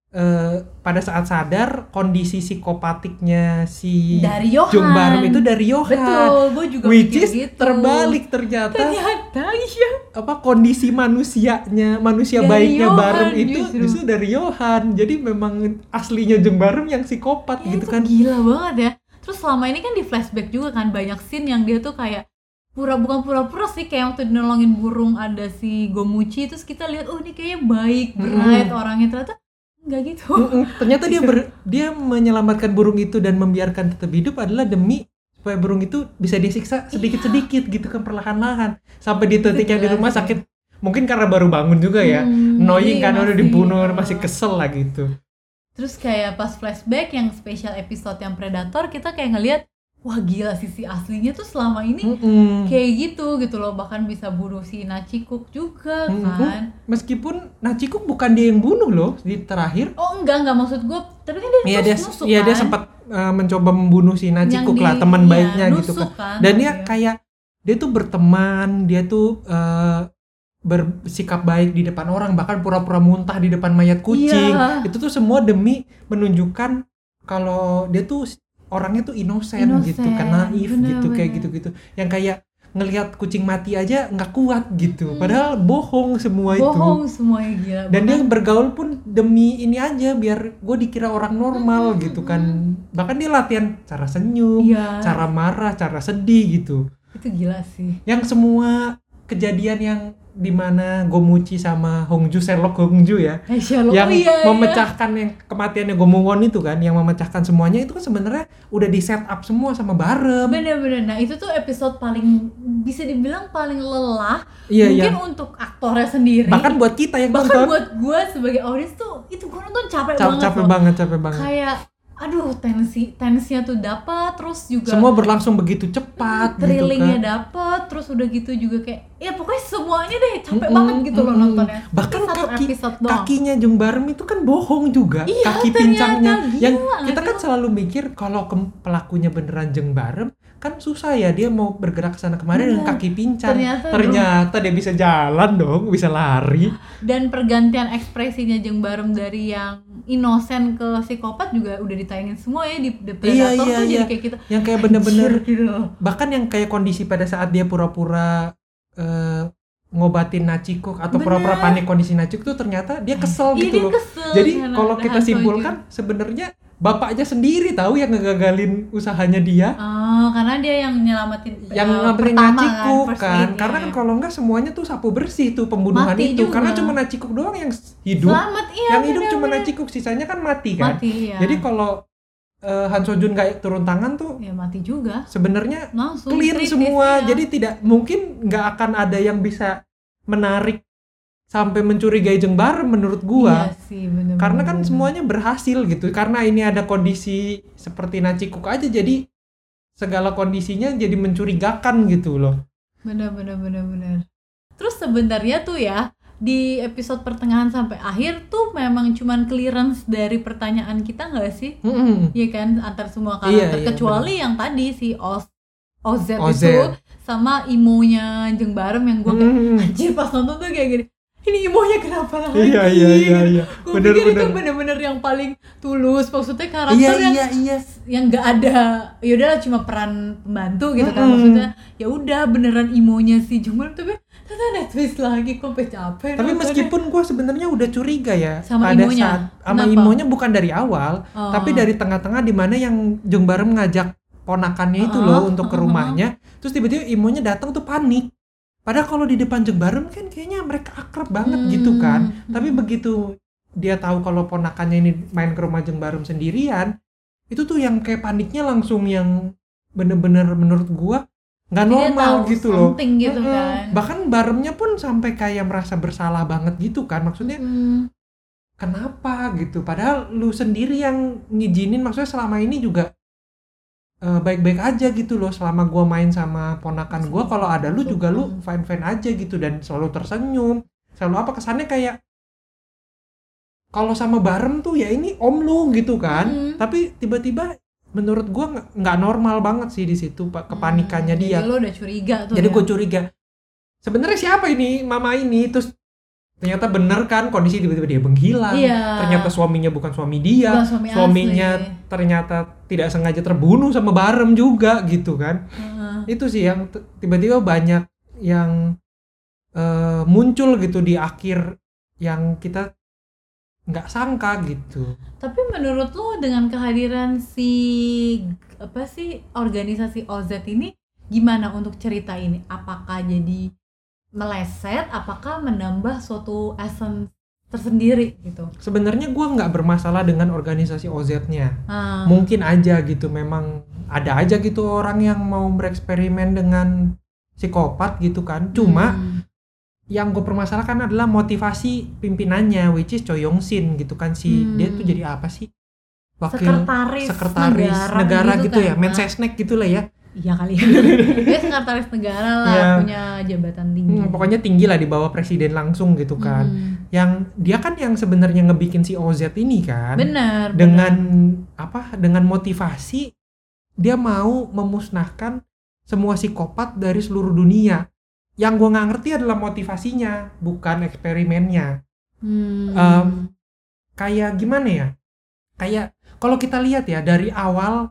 uh, pada saat sadar kondisi psikopatiknya si Dari Yohan. Jung Barem itu dari Yohan. Betul, gue juga Which mikir is gitu. terbalik ternyata Ternyata iya. apa kondisi manusianya manusia Dari baiknya Yohan Barem itu justru. justru dari Yohan. Jadi memang aslinya Jung Barem yang psikopat Ya, gitu itu kan. gila banget ya. Terus selama ini kan di flashback juga kan banyak scene yang dia tuh kayak pura bukan pura-pura sih, kayak waktu nolongin burung ada si Gomuchi, terus kita lihat oh ini kayaknya baik, bright orangnya, ternyata enggak gitu. Mm-mm. Ternyata dia ber- dia menyelamatkan burung itu dan membiarkan tetap hidup adalah demi supaya burung itu bisa disiksa sedikit-sedikit gitu kan, perlahan-lahan sampai di titik yang di rumah sakit, mungkin karena baru bangun juga ya, Hmm, annoying iya, kan udah masih, dibunuh uh, masih kesel lah gitu. Terus kayak pas flashback yang special episode yang Predator, kita kayak ngelihat wah gila sisi aslinya tuh selama ini Mm-mm. kayak gitu gitu loh, bahkan bisa bunuh si Nachikuk juga Mm-mm. kan. Meskipun Nachikuk bukan dia yang bunuh loh di terakhir. Oh enggak enggak maksud gue, tapi kan dia Iya terus dia, nusuk iya kan. dia sempat uh, mencoba membunuh si Nachikuk Yang lah, di- teman iya, baiknya gitu nusuk kan. kan, Dan dia iya. kayak dia tuh berteman, dia tuh uh, bersikap baik di depan orang, bahkan pura-pura muntah di depan mayat kucing. Iya. Itu tuh semua demi menunjukkan kalau dia tuh orangnya tuh inosen Innocent, gitu kan, naif bener, gitu, kayak bener. gitu-gitu. Yang kayak ngelihat kucing mati aja nggak kuat gitu. Padahal bohong semua itu. Bohong semuanya gila. Dan dia Bahkan- bergaul pun demi ini aja, biar gue dikira orang normal Hmm, gitu kan. Bahkan dia latihan cara senyum, Iya. cara marah, cara sedih gitu. itu gila sih. Yang semua kejadian yang dimana Gomuchi sama Hongju, Sherlock Hongju ya, Eh, Sherlock, yang oh iya, iya. memecahkan yang kematiannya Gomungwon itu kan, yang memecahkan semuanya itu kan sebenarnya udah di set up semua sama Barem. Bener-bener, nah itu tuh episode paling bisa dibilang paling lelah. Iya, Mungkin iya. untuk aktornya sendiri. Bahkan buat kita yang bahkan nonton, buat gue sebagai audiens tuh itu gue nonton capek cap- banget capek loh. banget, capek banget. Kayak aduh tensi tensinya tuh dapat, terus juga Semua berlangsung begitu cepat gitu thrillingnya kan. dapet, terus udah gitu juga kayak ya pokoknya semuanya deh capek Mm-mm, banget gitu loh mm-mm. nontonnya. Bahkan Itu satu kaki episode doang. kakinya Jung Barem itu kan bohong juga. Iya, Kaki ternyata, pincangnya gila, yang nggak kita sih kan lo? selalu mikir kalau ke- pelakunya beneran Jung Barem kan susah ya, dia mau bergerak ke sana kemari dengan Bener. kaki pincang. Ternyata, Ternyata dia bisa jalan dong, bisa lari. Dan pergantian ekspresinya Jung Barem dari yang inosen ke psikopat juga udah ditayangin semua ya di The Predator Iya, iya, tuh jadi iya. kayak kita Yang kayak bener-bener anjir gitu loh. bahkan yang kayak kondisi pada saat dia pura-pura eh, ngobatin Nachikuk atau Bener. pura-pura panik kondisi Nachikuk tuh ternyata dia kesel Iya, gitu dia loh. kesel Jadi karena kalau ada kita Han Seo simpulkan sebenarnya bapaknya sendiri tahu yang ngegagalin usahanya dia. Oh, karena dia yang nyelamatin Yang eh, ngambilin pertama Nachikuk first kan, lead, karena ya. kan kalau enggak semuanya tuh sapu bersih tuh pembunuhan Mati itu, juga. karena cuma Nachikuk doang yang hidup, Selamat, iya, yang hidup cuma bener-bener. Nachikuk, sisanya kan mati kan. Mati, iya. Jadi kalau uh, Han Seo Jun nggak turun tangan tuh ya mati juga sebenarnya langsung clear kritis, semua, iya. jadi tidak mungkin nggak akan ada yang bisa menarik sampai mencurigai Jung Barem menurut gua. Iya sih, bener-bener. Karena kan semuanya berhasil gitu. Karena ini ada kondisi seperti Nachikuk aja, jadi segala kondisinya jadi mencurigakan gitu loh. bener-bener bener-bener. Terus sebenarnya tuh ya di episode pertengahan sampai akhir tuh memang cuman clearance dari pertanyaan kita nggak sih? Mm-mm. Iya kan, antar semua Iya, karakter iya, kecuali yang tadi si Oz O Z O Z. itu sama imonya Jeng Barem yang gue kayak Mm. anjir pas nonton tuh kayak gini, ini imonya kenapa lagi? Iya, iya, iya, iya. Gue Bener, pikir itu bener. bener-bener yang paling tulus, maksudnya karakter Iya, yang iya, iya. yang nggak ada, yaudahlah cuma peran pembantu gitu kan, Mm-mm. maksudnya ya udah beneran imonya si Jeng Barem, tapi ternyata ada twist lagi, kok sampai capek. Tapi nontonnya. meskipun gue sebenarnya udah curiga ya Sama pada imonya? saat sama Kenapa? imonya bukan dari awal, Oh. tapi dari tengah-tengah di mana yang Jeng Barem ngajak ponakannya itu Uh-uh, loh untuk ke uh-uh. rumahnya, terus tiba-tiba imonya datang tuh panik. Padahal kalau di depan Jeng Barem kan kayaknya mereka akrab banget Hmm, gitu kan. hmm. Tapi begitu dia tahu kalau ponakannya ini main ke rumah Jeng Barem sendirian, itu tuh yang kayak paniknya langsung yang bener-bener menurut gua nggak Dia normal tahu gitu loh. something gitu Mm-mm. kan. Bahkan Baremnya pun sampai kayak merasa bersalah banget gitu kan. Maksudnya Hmm. kenapa gitu? Padahal lu sendiri yang ngizinin, maksudnya selama ini juga eh, baik-baik aja gitu loh. Selama gua main sama ponakan gua, kalau ada lu juga lu fine-fine aja gitu dan selalu tersenyum. Selalu apa kesannya kayak kalau sama Barem tuh ya ini om lu gitu kan. Hmm. Tapi tiba-tiba menurut gua nggak- nggak normal banget sih di situ Pak, kepanikannya Hmm, dia. Jadi lo udah curiga tuh. Jadi ya? gue curiga sebenarnya siapa ini mama ini, terus ternyata bener kan kondisi tiba-tiba dia menghilang. Iya. Ternyata suaminya bukan suami dia, Bukan suami suaminya asli. ternyata tidak sengaja terbunuh sama Barem juga gitu kan. Heeh. Itu sih yang t- tiba-tiba banyak yang eh, muncul gitu di akhir yang kita nggak sangka gitu. Tapi menurut lo dengan kehadiran si apa sih organisasi O Z ini gimana untuk cerita ini? Apakah jadi meleset? Apakah menambah suatu essence tersendiri gitu? Sebenarnya gue nggak bermasalah dengan organisasi O Z-nya. Ah, Mungkin aja gitu, memang ada aja gitu orang yang mau bereksperimen dengan psikopat gitu kan. Cuma hmm, yang gue permasalahkan adalah motivasi pimpinannya, which is Choi Yong Sin gitu kan. Si Hmm. dia tuh jadi apa sih, wakil sekretaris, sekretaris negara, gitu, ya, kan, Mensesnek gitu lah ya. Iya kali ya. Dia sekretaris negara lah, Iya. punya jabatan tinggi. Hmm, pokoknya tinggi lah di bawah presiden langsung gitu kan. Hmm, Yang dia kan yang sebenarnya ngebikin si O Z ini kan. benar. Dengan apa? Dengan motivasi dia mau memusnahkan semua psikopat dari seluruh dunia. Yang gue nggak ngerti adalah motivasinya, bukan eksperimennya. Hmm. Um, Kayak gimana ya? Kayak kalau kita lihat ya dari awal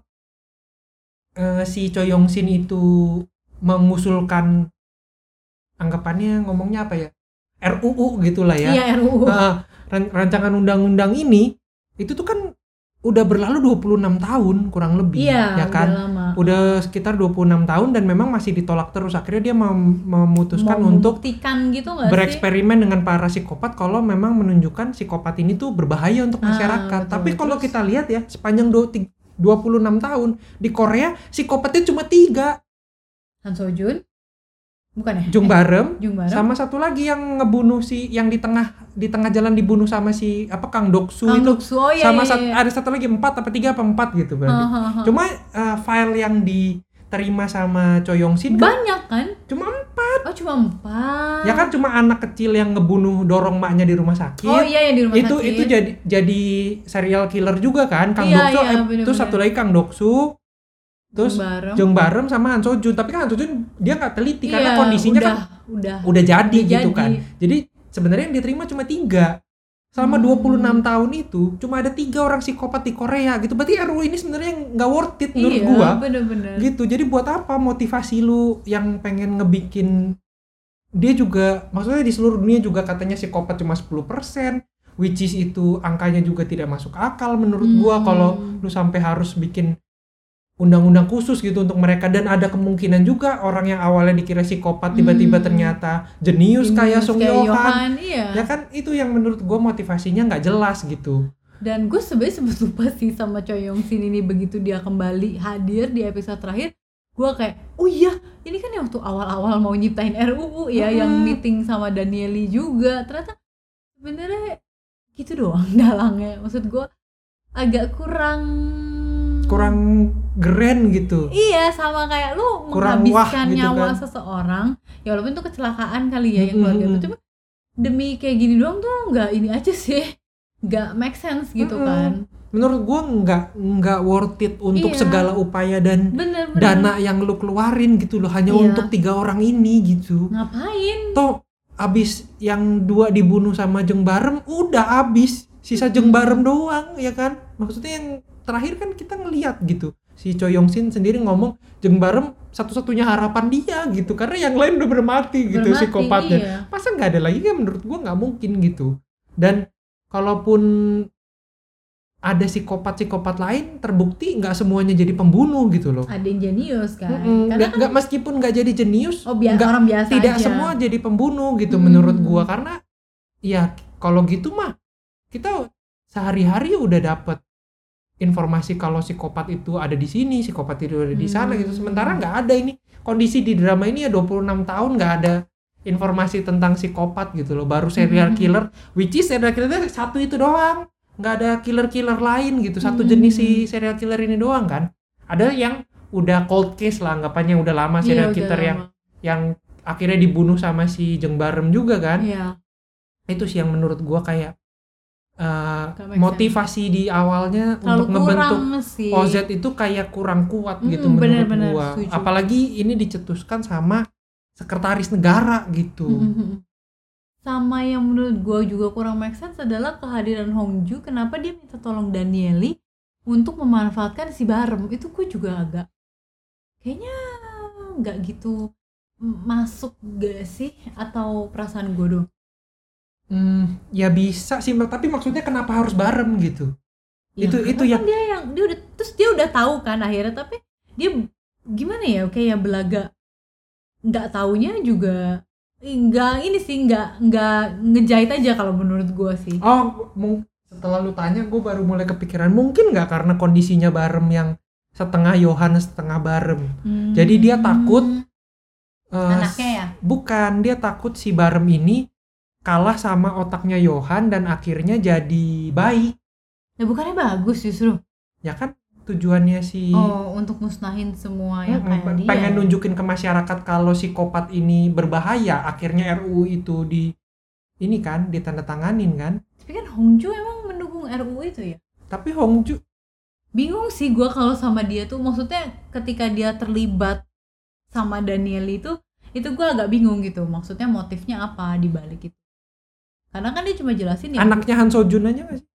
eh, si Choi Yong Sin itu mengusulkan, anggapannya ngomongnya apa ya? R U U gitulah ya. Iya R U U. Eh, ran- rancangan undang-undang ini itu tuh kan udah berlalu dua puluh enam tahun kurang lebih, Iya, ya kan? udah lama. Udah sekitar dua puluh enam tahun dan memang masih ditolak terus. Akhirnya dia mem- memutuskan Mau untuk membuktikan gitu nggak sih? bereksperimen dengan para psikopat kalau memang menunjukkan psikopat ini tuh berbahaya untuk Ah, masyarakat. betul. Tapi kalau Terus? kita lihat ya sepanjang dua puluh enam tahun di Korea psikopatnya cuma tiga, Han So Jun? Bukan ya? Jung Eh, Barem, Jung Barem. sama satu lagi yang ngebunuh si yang di tengah di tengah jalan dibunuh sama si apa Kang Doksu Kang itu. Doksu, oh iya, sama iya, sat- iya. ada satu lagi empat apa tiga apa empat gitu berarti. Ha, ha, ha. Cuma uh, file yang diterima sama Choi Yong Sin kan Banyak kan? cuma empat. Oh cuma empat. Ya kan cuma anak kecil yang ngebunuh dorong maknya di rumah sakit. Oh iya yang di rumah itu sakit. itu jadi jadi serial killer juga kan Kang Iya, Doksu. iya, eh, bener-bener. terus satu lagi Kang Doksu. Terus Jung Barem. Jung Barem sama Han So Jun. Tapi kan Han So Jun dia nggak teliti karena Iya, kondisinya udah, kan udah udah jadi udah gitu jadi. kan. Jadi sebenarnya yang diterima cuma tiga. Selama Hmm. dua puluh enam tahun itu cuma ada tiga orang psikopat di Korea gitu. Berarti R U U ini sebenarnya nggak worth it menurut iya, gua. bener-bener. Gitu. Jadi buat apa motivasi lu yang pengen ngebikin dia juga, maksudnya di seluruh dunia juga katanya psikopat cuma sepuluh persen, which is itu angkanya juga tidak masuk akal menurut gua Hmm. kalau lu sampai harus bikin undang-undang khusus gitu untuk mereka. Dan ada kemungkinan juga orang yang awalnya dikira psikopat tiba-tiba Hmm. ternyata jenius kayak Song kayak Yohan. Iya. Ya kan itu yang menurut gua motivasinya nggak jelas gitu. Dan gue sebenarnya sempat lupa sih sama Choi Yong Sin ini begitu dia kembali hadir di episode terakhir. Gue kayak, oh iya, ini kan yang waktu awal-awal mau nyiptain R U U ya, Hmm. yang meeting sama Danieli juga. Ternyata sebenarnya gitu doang dalangnya. Maksud gue agak kurang kurang grand gitu. Iya, sama kayak lu Kurang wah menghabiskan gitu nyawa kan. seseorang, ya walaupun itu kecelakaan kali ya yang Mm-mm. keluarga itu, cuma demi kayak gini doang tuh nggak ini aja sih, nggak make sense gitu Mm-mm. kan. Menurut gua nggak nggak worth it untuk Iya. segala upaya dan Bener-bener. dana yang lu keluarin gitu loh hanya Iya. untuk tiga orang ini gitu. Ngapain? Toh abis yang dua dibunuh sama Jeng Barem udah abis, sisa Jeng Barem doang ya kan. Maksudnya yang terakhir kan kita ngelihat gitu si Choi Yong Sin sendiri ngomong Jeng Barem satu-satunya harapan dia gitu karena yang lain udah mati gitu Bermati, psikopatnya. iya. Masa nggak ada lagi kan, menurut gua nggak mungkin gitu. Dan kalaupun ada psikopat-psikopat lain terbukti nggak semuanya jadi pembunuh gitu loh. Ada yang jenius kan. Mm-mm. Karena Nggak, kan nggak meskipun nggak jadi jenius, oh, bia- nggak- orang biasa tidak aja. semua jadi pembunuh gitu Hmm. menurut gua karena ya kalau gitu mah kita sehari-hari udah dapet informasi kalau psikopat itu ada di sini, psikopat itu ada di sana Hmm. gitu. Sementara nggak ada ini kondisi di drama ini ya dua puluh enam tahun nggak ada informasi tentang psikopat gitu loh. Baru serial Hmm. killer, which is serial killernya satu itu doang. Nggak ada killer-killer lain gitu. Satu Hmm. jenis si serial killer ini doang kan. Ada yang udah cold case lah anggapannya udah lama serial Iya, udah killer yang lama. yang akhirnya dibunuh sama si Jeng Barem juga kan. Iya. Itu sih yang menurut gua kayak uh, Gak make motivasi di awalnya Terlalu untuk ngebentuk kurang sih. O Z itu kayak kurang kuat Mm, gitu menurut bener-bener gua. setuju. Apalagi ini dicetuskan sama sekretaris negara gitu. Mhm. Sama yang menurut gue juga kurang make sense adalah kehadiran Hongju. Kenapa dia minta tolong Danieli untuk memanfaatkan si Barem? Itu gue juga agak kayaknya nggak gitu masuk gak sih, atau perasaan gue dong? Hmm, ya bisa sih, tapi maksudnya kenapa harus Barem gitu? Ya, Itu- karena itu kan yang- dia yang dia udah terus dia udah tahu kan akhirnya, tapi dia gimana ya, kayak belaga nggak taunya juga nggak ini sih, nggak nggak ngejahit aja kalau menurut gue sih. Oh, mung- setelah lu tanya gue baru mulai kepikiran mungkin nggak karena kondisinya Barem yang setengah Yohan setengah Barem. Hmm. Jadi dia takut uh, Anaknya ya? Bukan, dia takut si Barem ini kalah sama otaknya Yohan dan akhirnya jadi baik. Ya bukannya bagus justru. Ya kan tujuannya si Oh, untuk musnahin semua yang Mm, kayak dia. pengen nunjukin ke masyarakat kalau psikopat ini berbahaya. Akhirnya R U U itu di ini kan ditandatanganin kan. Tapi kan Hongju emang mendukung R U U itu ya? Tapi Hongju Bingung sih gue kalau sama dia tuh, maksudnya ketika dia terlibat sama Daniel itu, itu gue agak bingung gitu. Maksudnya motifnya apa di balik itu? Karena kan dia cuma jelasin ya. anaknya Han Sojun aja nggak sih?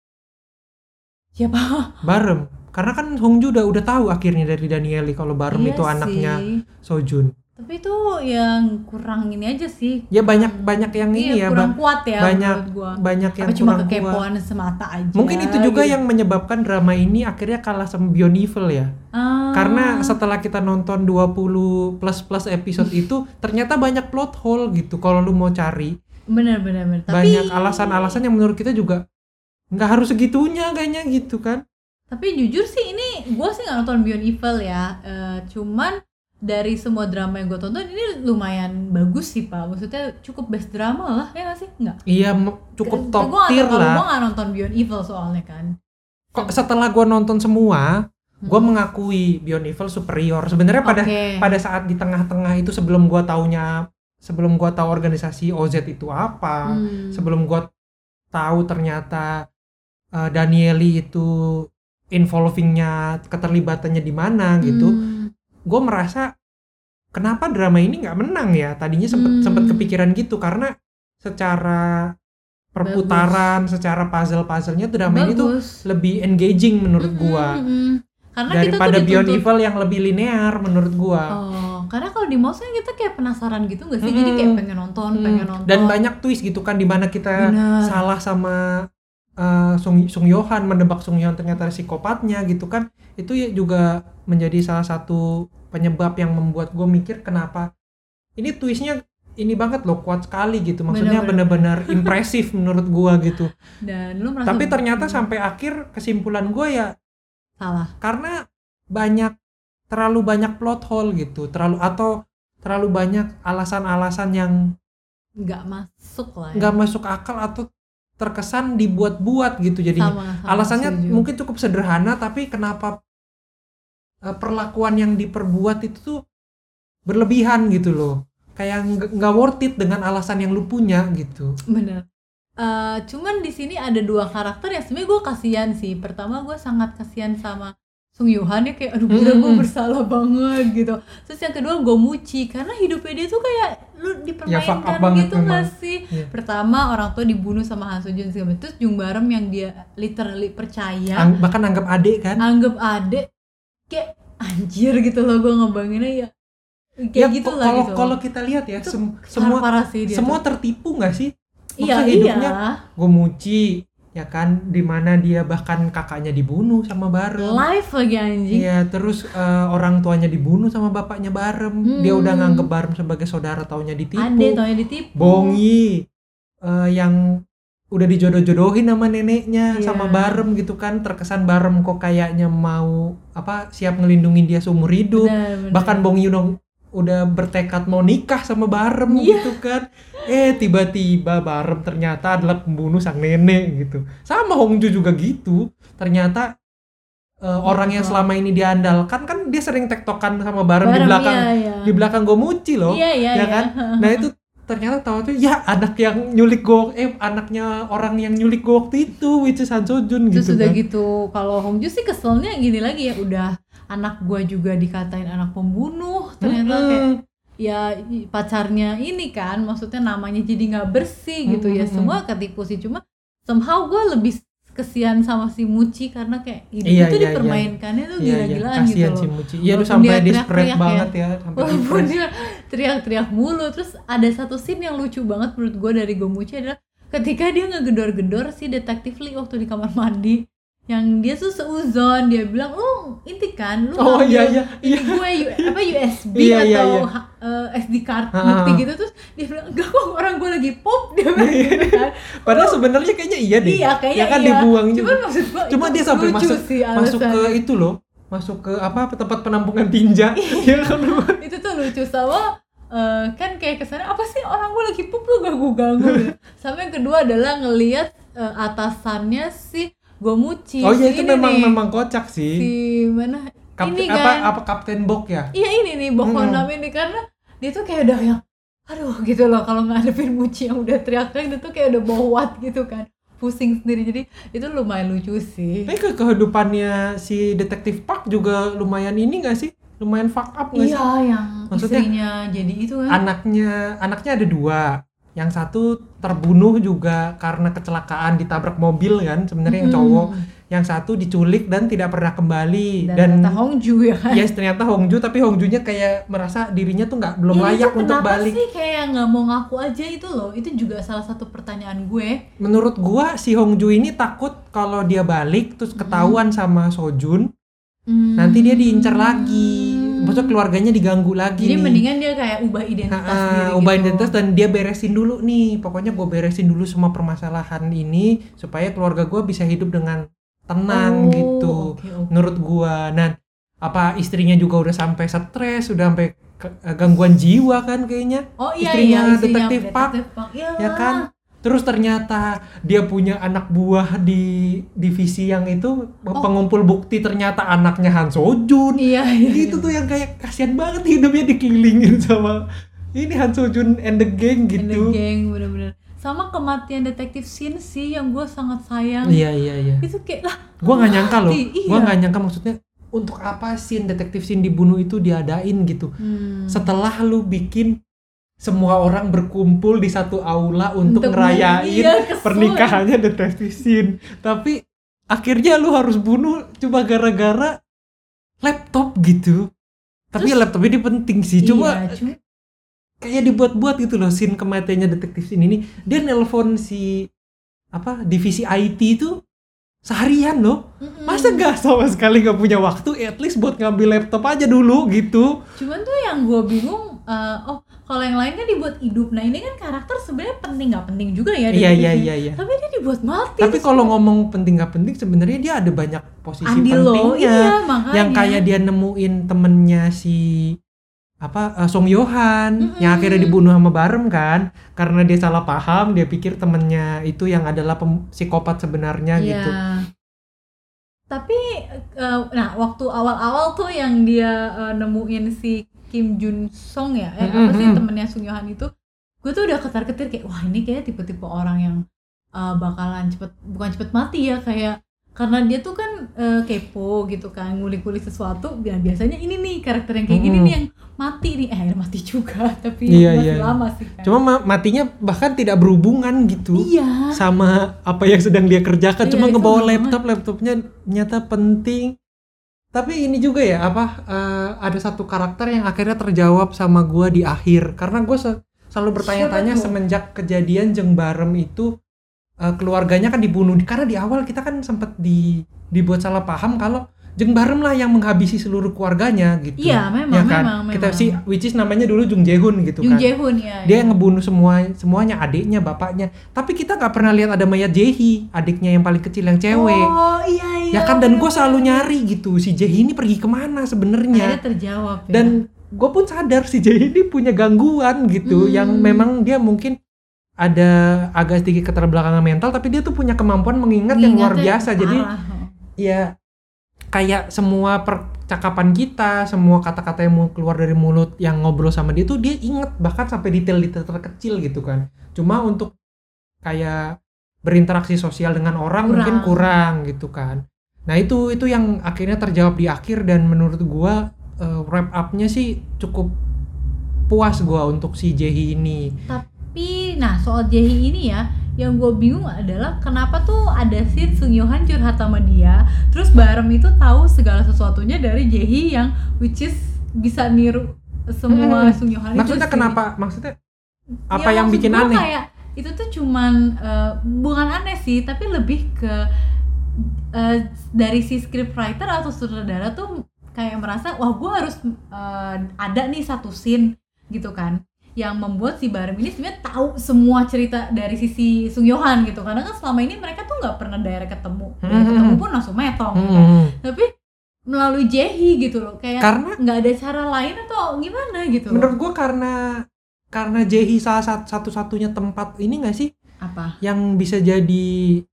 Siapa? Barem. Karena kan Hongju udah udah tahu akhirnya dari Danieli kalau Barem Iya itu anaknya sih. Sojun. Tapi itu yang kurang ini aja sih. Ya banyak banyak yang ini Iya, ya, kurang ba- kuat ya banyak menurut gua. banyak yang Apa cuma kurang kuat. kekepoan semata aja. Mungkin itu juga gitu. yang menyebabkan drama ini akhirnya kalah sama Beyond Evil ya. Ah. Karena setelah kita nonton dua puluh plus plus episode itu ternyata banyak plot hole gitu kalau lu mau cari. bener bener bener. Tapi Banyak alasan-alasan yang menurut kita juga nggak harus segitunya kayaknya gitu kan. Tapi jujur sih ini gue sih nggak nonton Beyond Evil ya. Eh, cuman dari semua drama yang gue tonton ini lumayan bagus sih Pak. Maksudnya cukup best drama lah, ya nggak sih? Nggak? Iya m- cukup top Gue tier Gue lah. nggak nonton Beyond Evil soalnya kan. Kok setelah gua nonton semua, gua Hmm. mengakui Beyond Evil superior. Sebenarnya pada Oke. pada saat di tengah-tengah itu sebelum gua taunya sebelum gua tahu organisasi O Z itu apa, Hmm. sebelum gua tahu ternyata uh, Danieli itu involvingnya keterlibatannya di mana gitu, Hmm. gue merasa kenapa drama ini nggak menang ya. Tadinya sempet Hmm. sempet kepikiran gitu karena secara perputaran, secara puzzle-puzzlenya drama ini tuh Bagus. lebih engaging menurut Mm-mm, gua mm-mm. Karena daripada kita tuh Beyond dituntut. Evil yang lebih linear menurut gua. Oh, karena kalau di mouse kan kita kayak penasaran gitu nggak sih? Jadi kayak Mm. pengen nonton, Hmm, pengen nonton. Dan banyak twist gitu kan di mana kita Bener. salah sama uh, Sung Sung Yohan, menebak Sung Yohan ternyata psikopatnya gitu kan. Itu ya juga menjadi salah satu penyebab yang membuat gua mikir kenapa ini twistnya ini banget loh, kuat sekali gitu. Maksudnya Bener-bener. benar-benar impresif menurut gua gitu. Dan lu merasa Tapi ternyata Hmm. sampai akhir kesimpulan gua ya salah. karena banyak terlalu banyak plot hole gitu, terlalu atau terlalu banyak alasan-alasan yang Nggak masuk lah ya. nggak masuk akal atau terkesan dibuat-buat gitu jadinya. Sama, sama, Alasannya setuju. mungkin cukup sederhana tapi kenapa uh, perlakuan yang diperbuat itu tuh berlebihan gitu loh. Kayak nggak nggak worth it dengan alasan yang lu punya gitu. Bener. Uh, cuman di sini ada dua karakter yang sebenarnya gue kasihan sih. Pertama gue sangat kasihan sama Sung Yuhan ya, kayak aduh gila gue bersalah banget gitu. Terus yang kedua gue muci karena hidupnya dia tuh kayak lu dipermainkan ya, gitu memang. gak sih? Yeah. Pertama orang tua dibunuh sama Han Soo Jun segala macam. Terus Jung Barem yang dia literally percaya, Ang- bahkan anggap adik kan? anggap adek, kayak anjir gitu loh gue ngebanginnya ya. Kayak Ya, gitu ko- lah kalau gitu. kalau kita lihat ya, Itu sem- semua parah sih dia semua tuh. tertipu nggak sih? Iya, Maksudnya hidupnya iya. gue muci ya kan, dimana dia bahkan kakaknya dibunuh sama Barem. Live lagi anjing. Iya, terus uh, orang tuanya dibunuh sama bapaknya Barem. Hmm. Dia udah nganggep Barem sebagai saudara, taunya ditipu. Ade taunya ditipu. Bongi uh, yang udah dijodoh-jodohin sama neneknya Iya. sama Barem gitu kan. Terkesan Barem kok kayaknya mau apa siap ngelindungin dia seumur hidup. Benar, benar. Bahkan Bongi udah, udah bertekad mau nikah sama Barem Iya. gitu kan. Eh tiba-tiba Barem ternyata adalah pembunuh sang nenek gitu. Sama Hongju juga gitu. Ternyata uh, orang yang selama ini diandalkan kan dia sering tektokan sama Barem, di Barem, belakang iya, iya. di belakang Gomuchi loh. Iya, iya, ya iya. kan? Nah itu ternyata tahu tuh ya anak yang nyulik gue eh anaknya orang yang nyulik gue waktu itu, which is Han Soo Jun Terus gitu udah kan. gitu, kalau Hongju sih keselnya gini lagi ya, udah anak gua juga dikatain anak pembunuh, ternyata Mm-mm. kayak ya pacarnya ini kan, maksudnya namanya jadi nggak bersih gitu ya, Mm-mm. semua ketipu sih. Cuma somehow gua lebih kesian sama si Muci karena kayak hidup Iya, itu iya, dipermainkannya tuh Iya, iya, gila-gilaan gitu kasihan loh. si Muci. Iya lu Walaupun sampai dia desperate teriak-teriak ya. banget ya, sampai Walaupun depressed. dia teriak-teriak mulu. Terus ada satu scene yang lucu banget menurut gue dari Gomuchi adalah ketika dia ngegedor-gedor si detektif Lee waktu di kamar mandi, yang dia tuh seuzon, dia bilang lu inti kan lu Oh, ngambil iya, iya, ini iya. gue U- apa U S B Iya, iya, atau iya. ha- eh, S D card Ha, bukti ha. gitu. Terus dia bilang enggak kok orang gue lagi pop, dia bilang gitu kan. Padahal sebenarnya kayaknya iya deh. Iya kayaknya ya kan iya. dibuang juga. Cuman maksud gue Cuma itu dia sampai lucu masuk sih masuk ke alasannya. itu loh, masuk ke apa tempat penampungan tinja. Dia kan Itu tuh lucu. Sama eh, kan kayak kesannya apa sih orang gue lagi pup lu ganggu-ganggu gitu. Sama yang kedua adalah ngelihat eh, atasannya si Gomuchi. Oh iya si itu ini memang nih, memang kocak sih. si mana Kap- ini apa kan apa Kapten Bok ya? iya ini nih Bokonam Hmm. ini, karena dia tuh kayak udah yang aduh gitu loh, kalau ngadepin Muci yang udah teriak-teriak dia tuh kayak udah bawat gitu kan, pusing sendiri. Jadi itu lumayan lucu sih. Tapi ke kehidupannya si detektif Park juga lumayan ini nggak sih? Lumayan fuck up nggak sih? Iya, yang Maksudnya, istrinya jadi itu kan. Anaknya anaknya ada dua. Yang satu terbunuh juga karena kecelakaan ditabrak mobil kan, sebenarnya yang Mm-mm. cowok. Yang satu diculik dan tidak pernah kembali. Dan, Dan, ternyata Hongju ya kan. yes ternyata Hongju, tapi Hongjunya kayak merasa dirinya tuh nggak belum Iya, layak itu untuk kenapa balik. sih kayak nggak mau ngaku aja itu loh? Itu juga salah satu pertanyaan gue. Menurut gua si Hongju ini takut kalau dia balik terus ketahuan sama Sojun, Hmm. nanti dia diincar lagi. Maksudnya keluarganya diganggu lagi. Jadi nih. mendingan dia kayak ubah identitas Nah, sendiri uh, ubah gitu. identitas dan dia beresin dulu nih. Pokoknya gue beresin dulu semua permasalahan ini supaya keluarga gue bisa hidup dengan tenang Oh, gitu. oke, oke. Menurut gue. Nah, apa istrinya juga udah sampai stres, udah sampai ke- eh, gangguan jiwa kan kayaknya. Oh iya istrinya iya istrinya detektif Park. Park. Iyalah. Ya kan? Terus ternyata dia punya anak buah di divisi yang itu pengumpul bukti, ternyata anaknya Han Soo Jun. Oh. Iya iya. Itu tuh yang kayak kasihan banget hidupnya dikelilingin sama ini Han Soo Jun and the gang And the gitu. gang bener-bener. Sama kematian detektif Shin sih yang gue sangat sayang. Iya iya iya. Itu kayak lah. Gua nggak nyangka loh. mati, Iya. Gua nggak nyangka maksudnya untuk apa scene detektif Shin dibunuh itu diadain gitu. Hmm. Setelah lu bikin semua orang berkumpul di satu aula untuk, Untuk ngerayain iya, kesel. pernikahannya detektif Shin. Tapi akhirnya lu harus bunuh cuma gara-gara laptop gitu. Tapi Terus- laptopnya ini penting sih. Cuma Iya, cuma kayak dibuat-buat gitu loh scene kematiannya detektif Shin ini. Dia nelpon si apa divisi I T itu seharian loh. mm-mm. Masa gak sama sekali gak punya waktu at least buat ngambil laptop aja dulu gitu. Cuman tuh yang gue bingung, uh, oh kalau yang lain kan dibuat hidup. Nah ini kan karakter sebenarnya penting nggak penting juga ya. Iya detektifnya. iya iya iya. Tapi dia dibuat mati. Tapi terus kalau ngomong penting gak penting sebenarnya dia ada banyak posisi andil loh, pentingnya. iya makanya. Yang kayak dia nemuin temennya si apa uh, Song Yohan Mm-mm. yang akhirnya dibunuh sama Barem kan karena dia salah paham, dia pikir temennya itu yang adalah pem- psikopat sebenarnya Iya. gitu. Tapi uh, nah waktu awal-awal tuh yang dia uh, nemuin si Kim Jun Song ya, eh, apa sih temennya Sung Yo Han itu, gue tuh udah ketar-ketir kayak wah ini kayaknya tipe-tipe orang yang uh, bakalan cepet, bukan cepet mati ya, kayak karena dia tuh kan uh, kepo gitu kan, ngulik-ngulik sesuatu. Ya biasanya ini nih karakter yang kayak gini Hmm. nih yang mati nih, eh akhirnya mati juga tapi Iya, masih iya. lama sih kan. Cuma ma- matinya bahkan tidak berhubungan gitu Iya. sama apa yang sedang dia kerjakan. Iya, Cuma itu ngebawa banget. laptop, laptopnya nyata penting. Tapi ini juga ya apa eh, ada satu karakter yang akhirnya terjawab sama gua di akhir, karena gua se- selalu bertanya-tanya Siapa tuh? semenjak kejadian Jeng Barem itu eh, keluarganya kan dibunuh. Karena di awal kita kan sempat di dibuat salah paham kalau Jeng Barem lah yang menghabisi seluruh keluarganya gitu. Iya, memang, Ya kan? memang, Kita memang. si which is namanya dulu Jung Jae-hoon gitu Jung kan. Jae-hoon ya. Dia ya. ngebunuh semua semuanya, adiknya, bapaknya. Tapi kita nggak pernah lihat ada mayat Jae-hee, adiknya yang paling kecil yang cewek. Oh iya iya. Ya kan, dan gue bener-bener. selalu nyari gitu si Jae-hee ini pergi kemana Akhirnya sebenarnya. terjawab ya. Dan gue pun sadar si Jae-hee ini punya gangguan gitu, Hmm. yang memang dia mungkin ada agak sedikit keterbelakangan mental, tapi dia tuh punya kemampuan mengingat yang luar Mengingatnya biasa. Jadi parah. ya kayak semua percakapan kita, semua kata-kata yang mau keluar dari mulut yang ngobrol sama dia tuh dia inget, bahkan sampai detail-detail terkecil gitu kan. Cuma untuk kayak berinteraksi sosial dengan orang Kurang. mungkin kurang gitu kan. Nah itu itu yang akhirnya terjawab di akhir, dan menurut gua uh, wrap up-nya sih cukup puas gua untuk si Jae-hee ini. Tapi nah soal Jae-hee ini ya, yang gue bingung adalah kenapa tuh ada scene Sung Yo Han curhat sama dia, terus Barem itu tahu segala sesuatunya dari Jae-hee yang which is bisa niru semua Hmm. Sung Yo Han Maksudnya itu sih. kenapa? Maksudnya apa Ya, yang maksud bikin gua aneh? Kayak itu tuh cuman uh, bukan aneh sih, tapi lebih ke uh, dari si scriptwriter atau sutradara tuh kayak merasa wah gue harus uh, ada nih satu scene gitu kan, yang membuat si Barem ini sebenarnya tahu semua cerita dari sisi Sung Yo Han gitu, karena kan selama ini mereka tuh nggak pernah direct ketemu, direct Hmm. ketemu pun langsung metong gitu kan. Hmm. Tapi melalui Jae-hee gitu loh, kayak Karena nggak ada cara lain atau gimana gitu loh. menurut gua karena karena Jae-hee salah sat- satu-satunya tempat ini nggak sih Apa? yang bisa jadi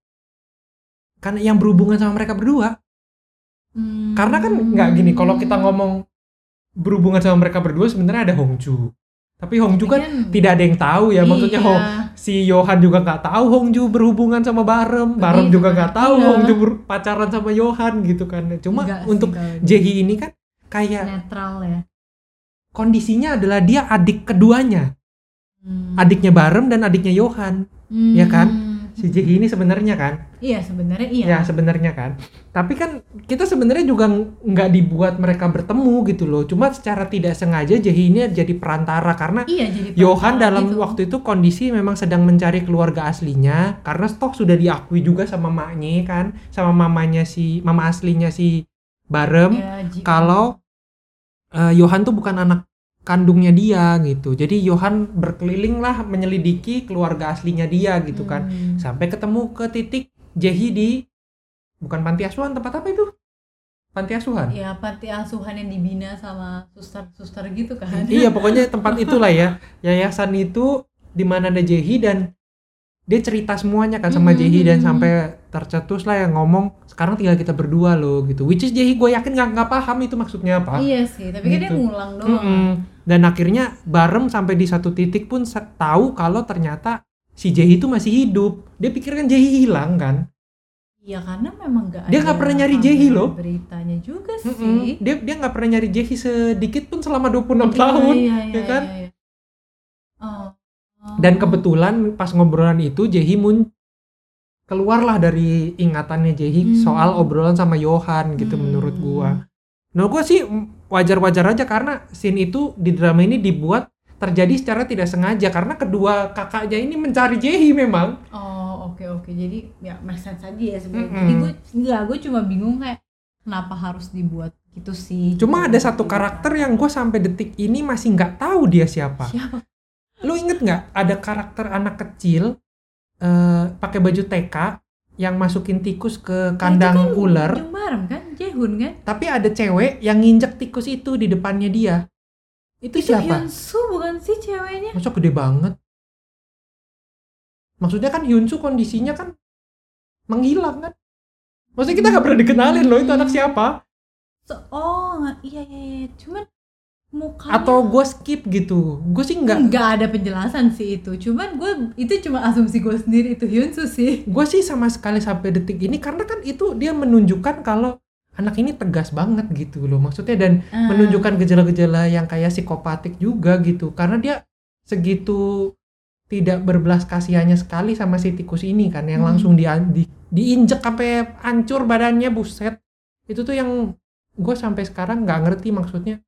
karena yang berhubungan sama mereka berdua. Hmm. Karena kan nggak gini, kalau kita ngomong berhubungan sama mereka berdua sebenarnya ada Hongju. Tapi Hongju kan Kan- tidak ada yang tahu ya, maksudnya Iya. Hong, si Yohan juga nggak tahu Hongju berhubungan sama Barem, Barem Iya, juga nggak tahu iya. Hongju ber- pacaran sama Yohan gitu kan. Cuma Enggak sih untuk kalau Jae-hee ini kan kayak netral ya. kondisinya adalah dia adik keduanya, Hmm. adiknya Barem dan adiknya Yohan. Hmm. ya kan? Si Jae-hee ini sebenarnya kan. Iya sebenarnya iya. Ya sebenarnya kan. Tapi kan kita sebenarnya juga ng- nggak dibuat mereka bertemu gitu loh. Cuma secara tidak sengaja Jae-hee ini jadi perantara karena Iya jadi Yohan perantara dalam gitu. waktu itu kondisi memang sedang mencari keluarga aslinya, karena stok sudah diakui juga sama maknya kan, sama mamanya si mama aslinya si Barem Ya, ji- kalau eh, Yohan tuh bukan anak kandungnya dia gitu. Jadi Yohan berkeliling lah menyelidiki keluarga aslinya dia gitu kan. Hmm. Sampai ketemu ke titik Jae-hee di bukan panti asuhan, tempat apa itu? Panti asuhan. Ya panti asuhan yang dibina sama suster-suster gitu kan. Iya, pokoknya tempat itulah ya. Yayasan itu di mana ada Jae-hee, dan dia cerita semuanya kan sama Mhm, Jae-hee, dan mhm. sampai tercetus lah yang ngomong sekarang tinggal kita berdua loh gitu. Which is Jae-hee gue yakin nggak nggak paham itu maksudnya apa. Iya sih, tapi kan dia Gitu. ngulang doang. Mm-mm. Dan akhirnya Barem sampai di satu titik pun sa- tahu kalau ternyata si Jae-hee itu masih hidup. Dia pikir kan Jae-hee hilang kan. Iya karena memang nggak Dia ada nggak pernah nyari kabar Jae-hee loh. Beritanya juga sih. Mm-mm. Dia dia nggak pernah nyari Jae-hee sedikit pun selama dua puluh enam Iya, tahun, iya, ya iya, kan? iya, iya. Oh. Oh. Dan kebetulan pas ngobrolan itu Jae-hee mun keluarlah dari ingatannya Jae-hee Hmm. soal obrolan sama Yohan gitu. Hmm. Menurut gua. Menurut gua sih mm, wajar-wajar aja, karena scene itu di drama ini dibuat terjadi secara tidak sengaja karena kedua kakaknya ini mencari Jae-hee memang. Oh oke oke, jadi ya make sense aja ya sebenarnya. Mm-mm. Jadi gue enggak, gue cuma bingung kayak kenapa harus dibuat gitu sih. Cuma Gitu. ada satu karakter yang gue sampai detik ini masih nggak tahu dia siapa. Siapa? Lu inget nggak ada karakter anak kecil eh, pakai baju T K yang masukin tikus ke kandang Nah, itu kan ular, Jung Barem kan, Jae-hoon kan? tapi ada cewek yang nginjek tikus itu di depannya dia. Itu, Itu siapa? Hyunsu bukan sih ceweknya? Masa gede banget? Maksudnya kan Hyunsu kondisinya kan menghilang kan? Maksudnya kita nggak pernah dikenalin loh itu anak siapa. So, oh iya iya iya, cuman mukanya Atau gue skip gitu. Gue sih nggak. nggak ada penjelasan sih itu. Cuman gue itu cuma asumsi gue sendiri itu Hyunsu sih. Gue sih sama sekali sampai detik ini karena kan itu dia menunjukkan kalau anak ini tegas banget gitu loh maksudnya dan Ah. menunjukkan gejala-gejala yang kayak psikopatik juga gitu karena dia segitu tidak berbelas kasihannya sekali sama si tikus ini kan yang Hmm. langsung di, di diinjek sampai hancur badannya buset. Itu tuh yang gue sampai sekarang nggak ngerti maksudnya.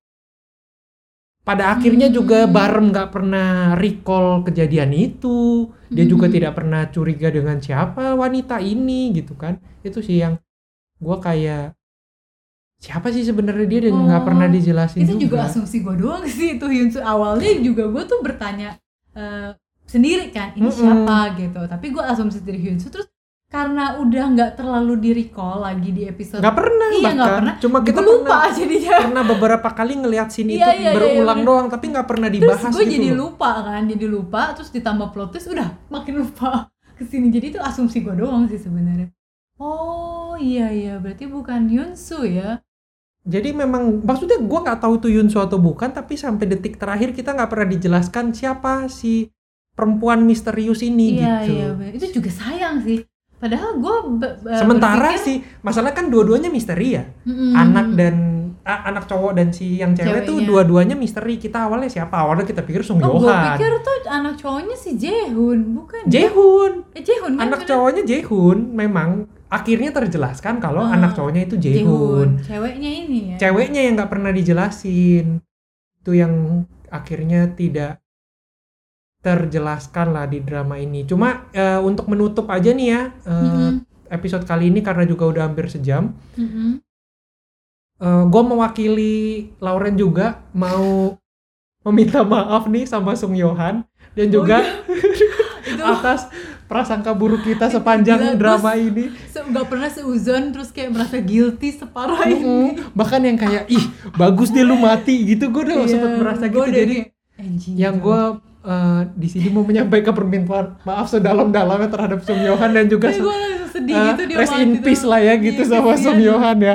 Pada akhirnya juga Hmm. Barem nggak pernah recall kejadian itu. Dia juga Hmm. tidak pernah curiga dengan siapa wanita ini gitu kan. Itu sih yang gue kayak siapa sih sebenarnya dia dan nggak Oh, pernah dijelasin Itu juga juga. asumsi gue doang sih itu Hyunsu. Awalnya juga gue tuh bertanya eh, sendiri kan ini Mm-mm. siapa gitu. Tapi gue asumsi dari Hyunsu terus karena udah nggak terlalu di recall lagi di episode. Nggak pernah Iya, bahkan. nggak pernah. Cuma kita Gue lupa pernah, jadinya. pernah beberapa kali ngelihat scene Iya, itu iya, iya, berulang iya, doang tapi nggak pernah Terus dibahas gue gitu jadi loh. lupa kan, jadi lupa terus ditambah plot twist udah makin lupa kesini. Jadi itu asumsi gue doang sih sebenarnya. Oh iya iya berarti bukan Hyunsu ya. Jadi memang maksudnya gue nggak tahu itu Yunsu atau bukan tapi sampai detik terakhir kita nggak pernah dijelaskan siapa si perempuan misterius ini Iya gitu. iya bener. Itu juga sayang sih. Padahal gue be- be- Sementara berpikir, sih masalah kan dua-duanya misteri ya. Mm-mm. Anak dan ah, anak cowok dan si yang cewek tuh Ceweknya. dua-duanya misteri. Kita awalnya siapa? Awalnya kita pikir Sung Oh gue Yohan. pikir tuh anak cowoknya si Jaehoon bukan? Jaehoon. Eh Jaehoon kan Anak bener. cowoknya Jaehoon memang akhirnya terjelaskan kalau Ah, anak cowoknya itu Jaehoon. Jaehoon. Ceweknya ini ya. Ceweknya yang nggak pernah dijelasin. Itu yang akhirnya tidak terjelaskan lah di drama ini. Cuma eh, untuk menutup aja nih ya eh, Mm-mm. episode kali ini karena juga udah hampir sejam. Mm-mm. gue mewakili Lauren juga mau meminta maaf nih sama Sung Yohan dan juga Itu atas prasangka buruk kita sepanjang Gila, drama terus ini. se- nggak pernah seuzon terus kayak merasa guilty separah Mm-mm. ini. Bahkan yang kayak ih bagus deh lu mati gitu gue udah Iya, sempet merasa gua gitu udah jadi kayak, anjing yang gitu. gue eh, di sini mau menyampaikan permintaan maaf sedalam-dalamnya terhadap Sung Yohan dan juga Kayak gue langsung sedih eh, gitu dia rest mati in tuh. peace lah ya gitu Iya, sama kasihan Sung loh. Yohan ya.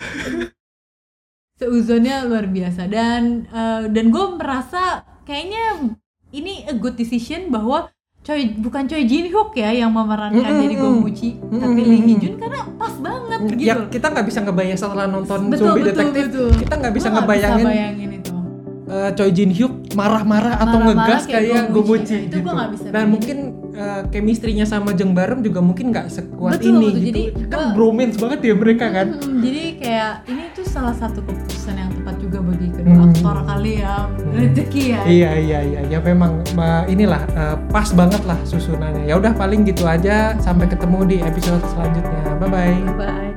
Seuzonnya luar biasa dan eh, dan gue merasa kayaknya ini a good decision bahwa Choi bukan Choi Jin Hyuk ya yang memerankan Mm-mm. jadi Gomuchi Mm-mm. tapi Lee Hee Jun karena pas banget gitu. Ya kita nggak bisa ngebayang setelah nonton Betul, Zombie betul, Detektif betul. kita nggak bisa Gua nggak ngebayangin bisa bayangin itu. eh, Choi Jin Hyuk marah-marah atau Marah-marah ngegas kayak kayak Gomuchi. Gomuchi Itu gitu. gua nggak bisa Dan bayangin. mungkin eh, chemistry-nya sama Jeng Barem juga mungkin nggak sekuat Betul, ini betul. gitu. Jadi, kan gua- bromance banget ya mereka kan. Hmm, jadi kayak ini tuh salah satu keputusan yang tepat juga bagi kedua Hmm. aktor kali ya rezeki ya. Iya iya iya ya memang ma- inilah eh, pas banget lah susunannya. Ya udah paling gitu aja sampai ketemu di episode selanjutnya. Bye bye. Bye.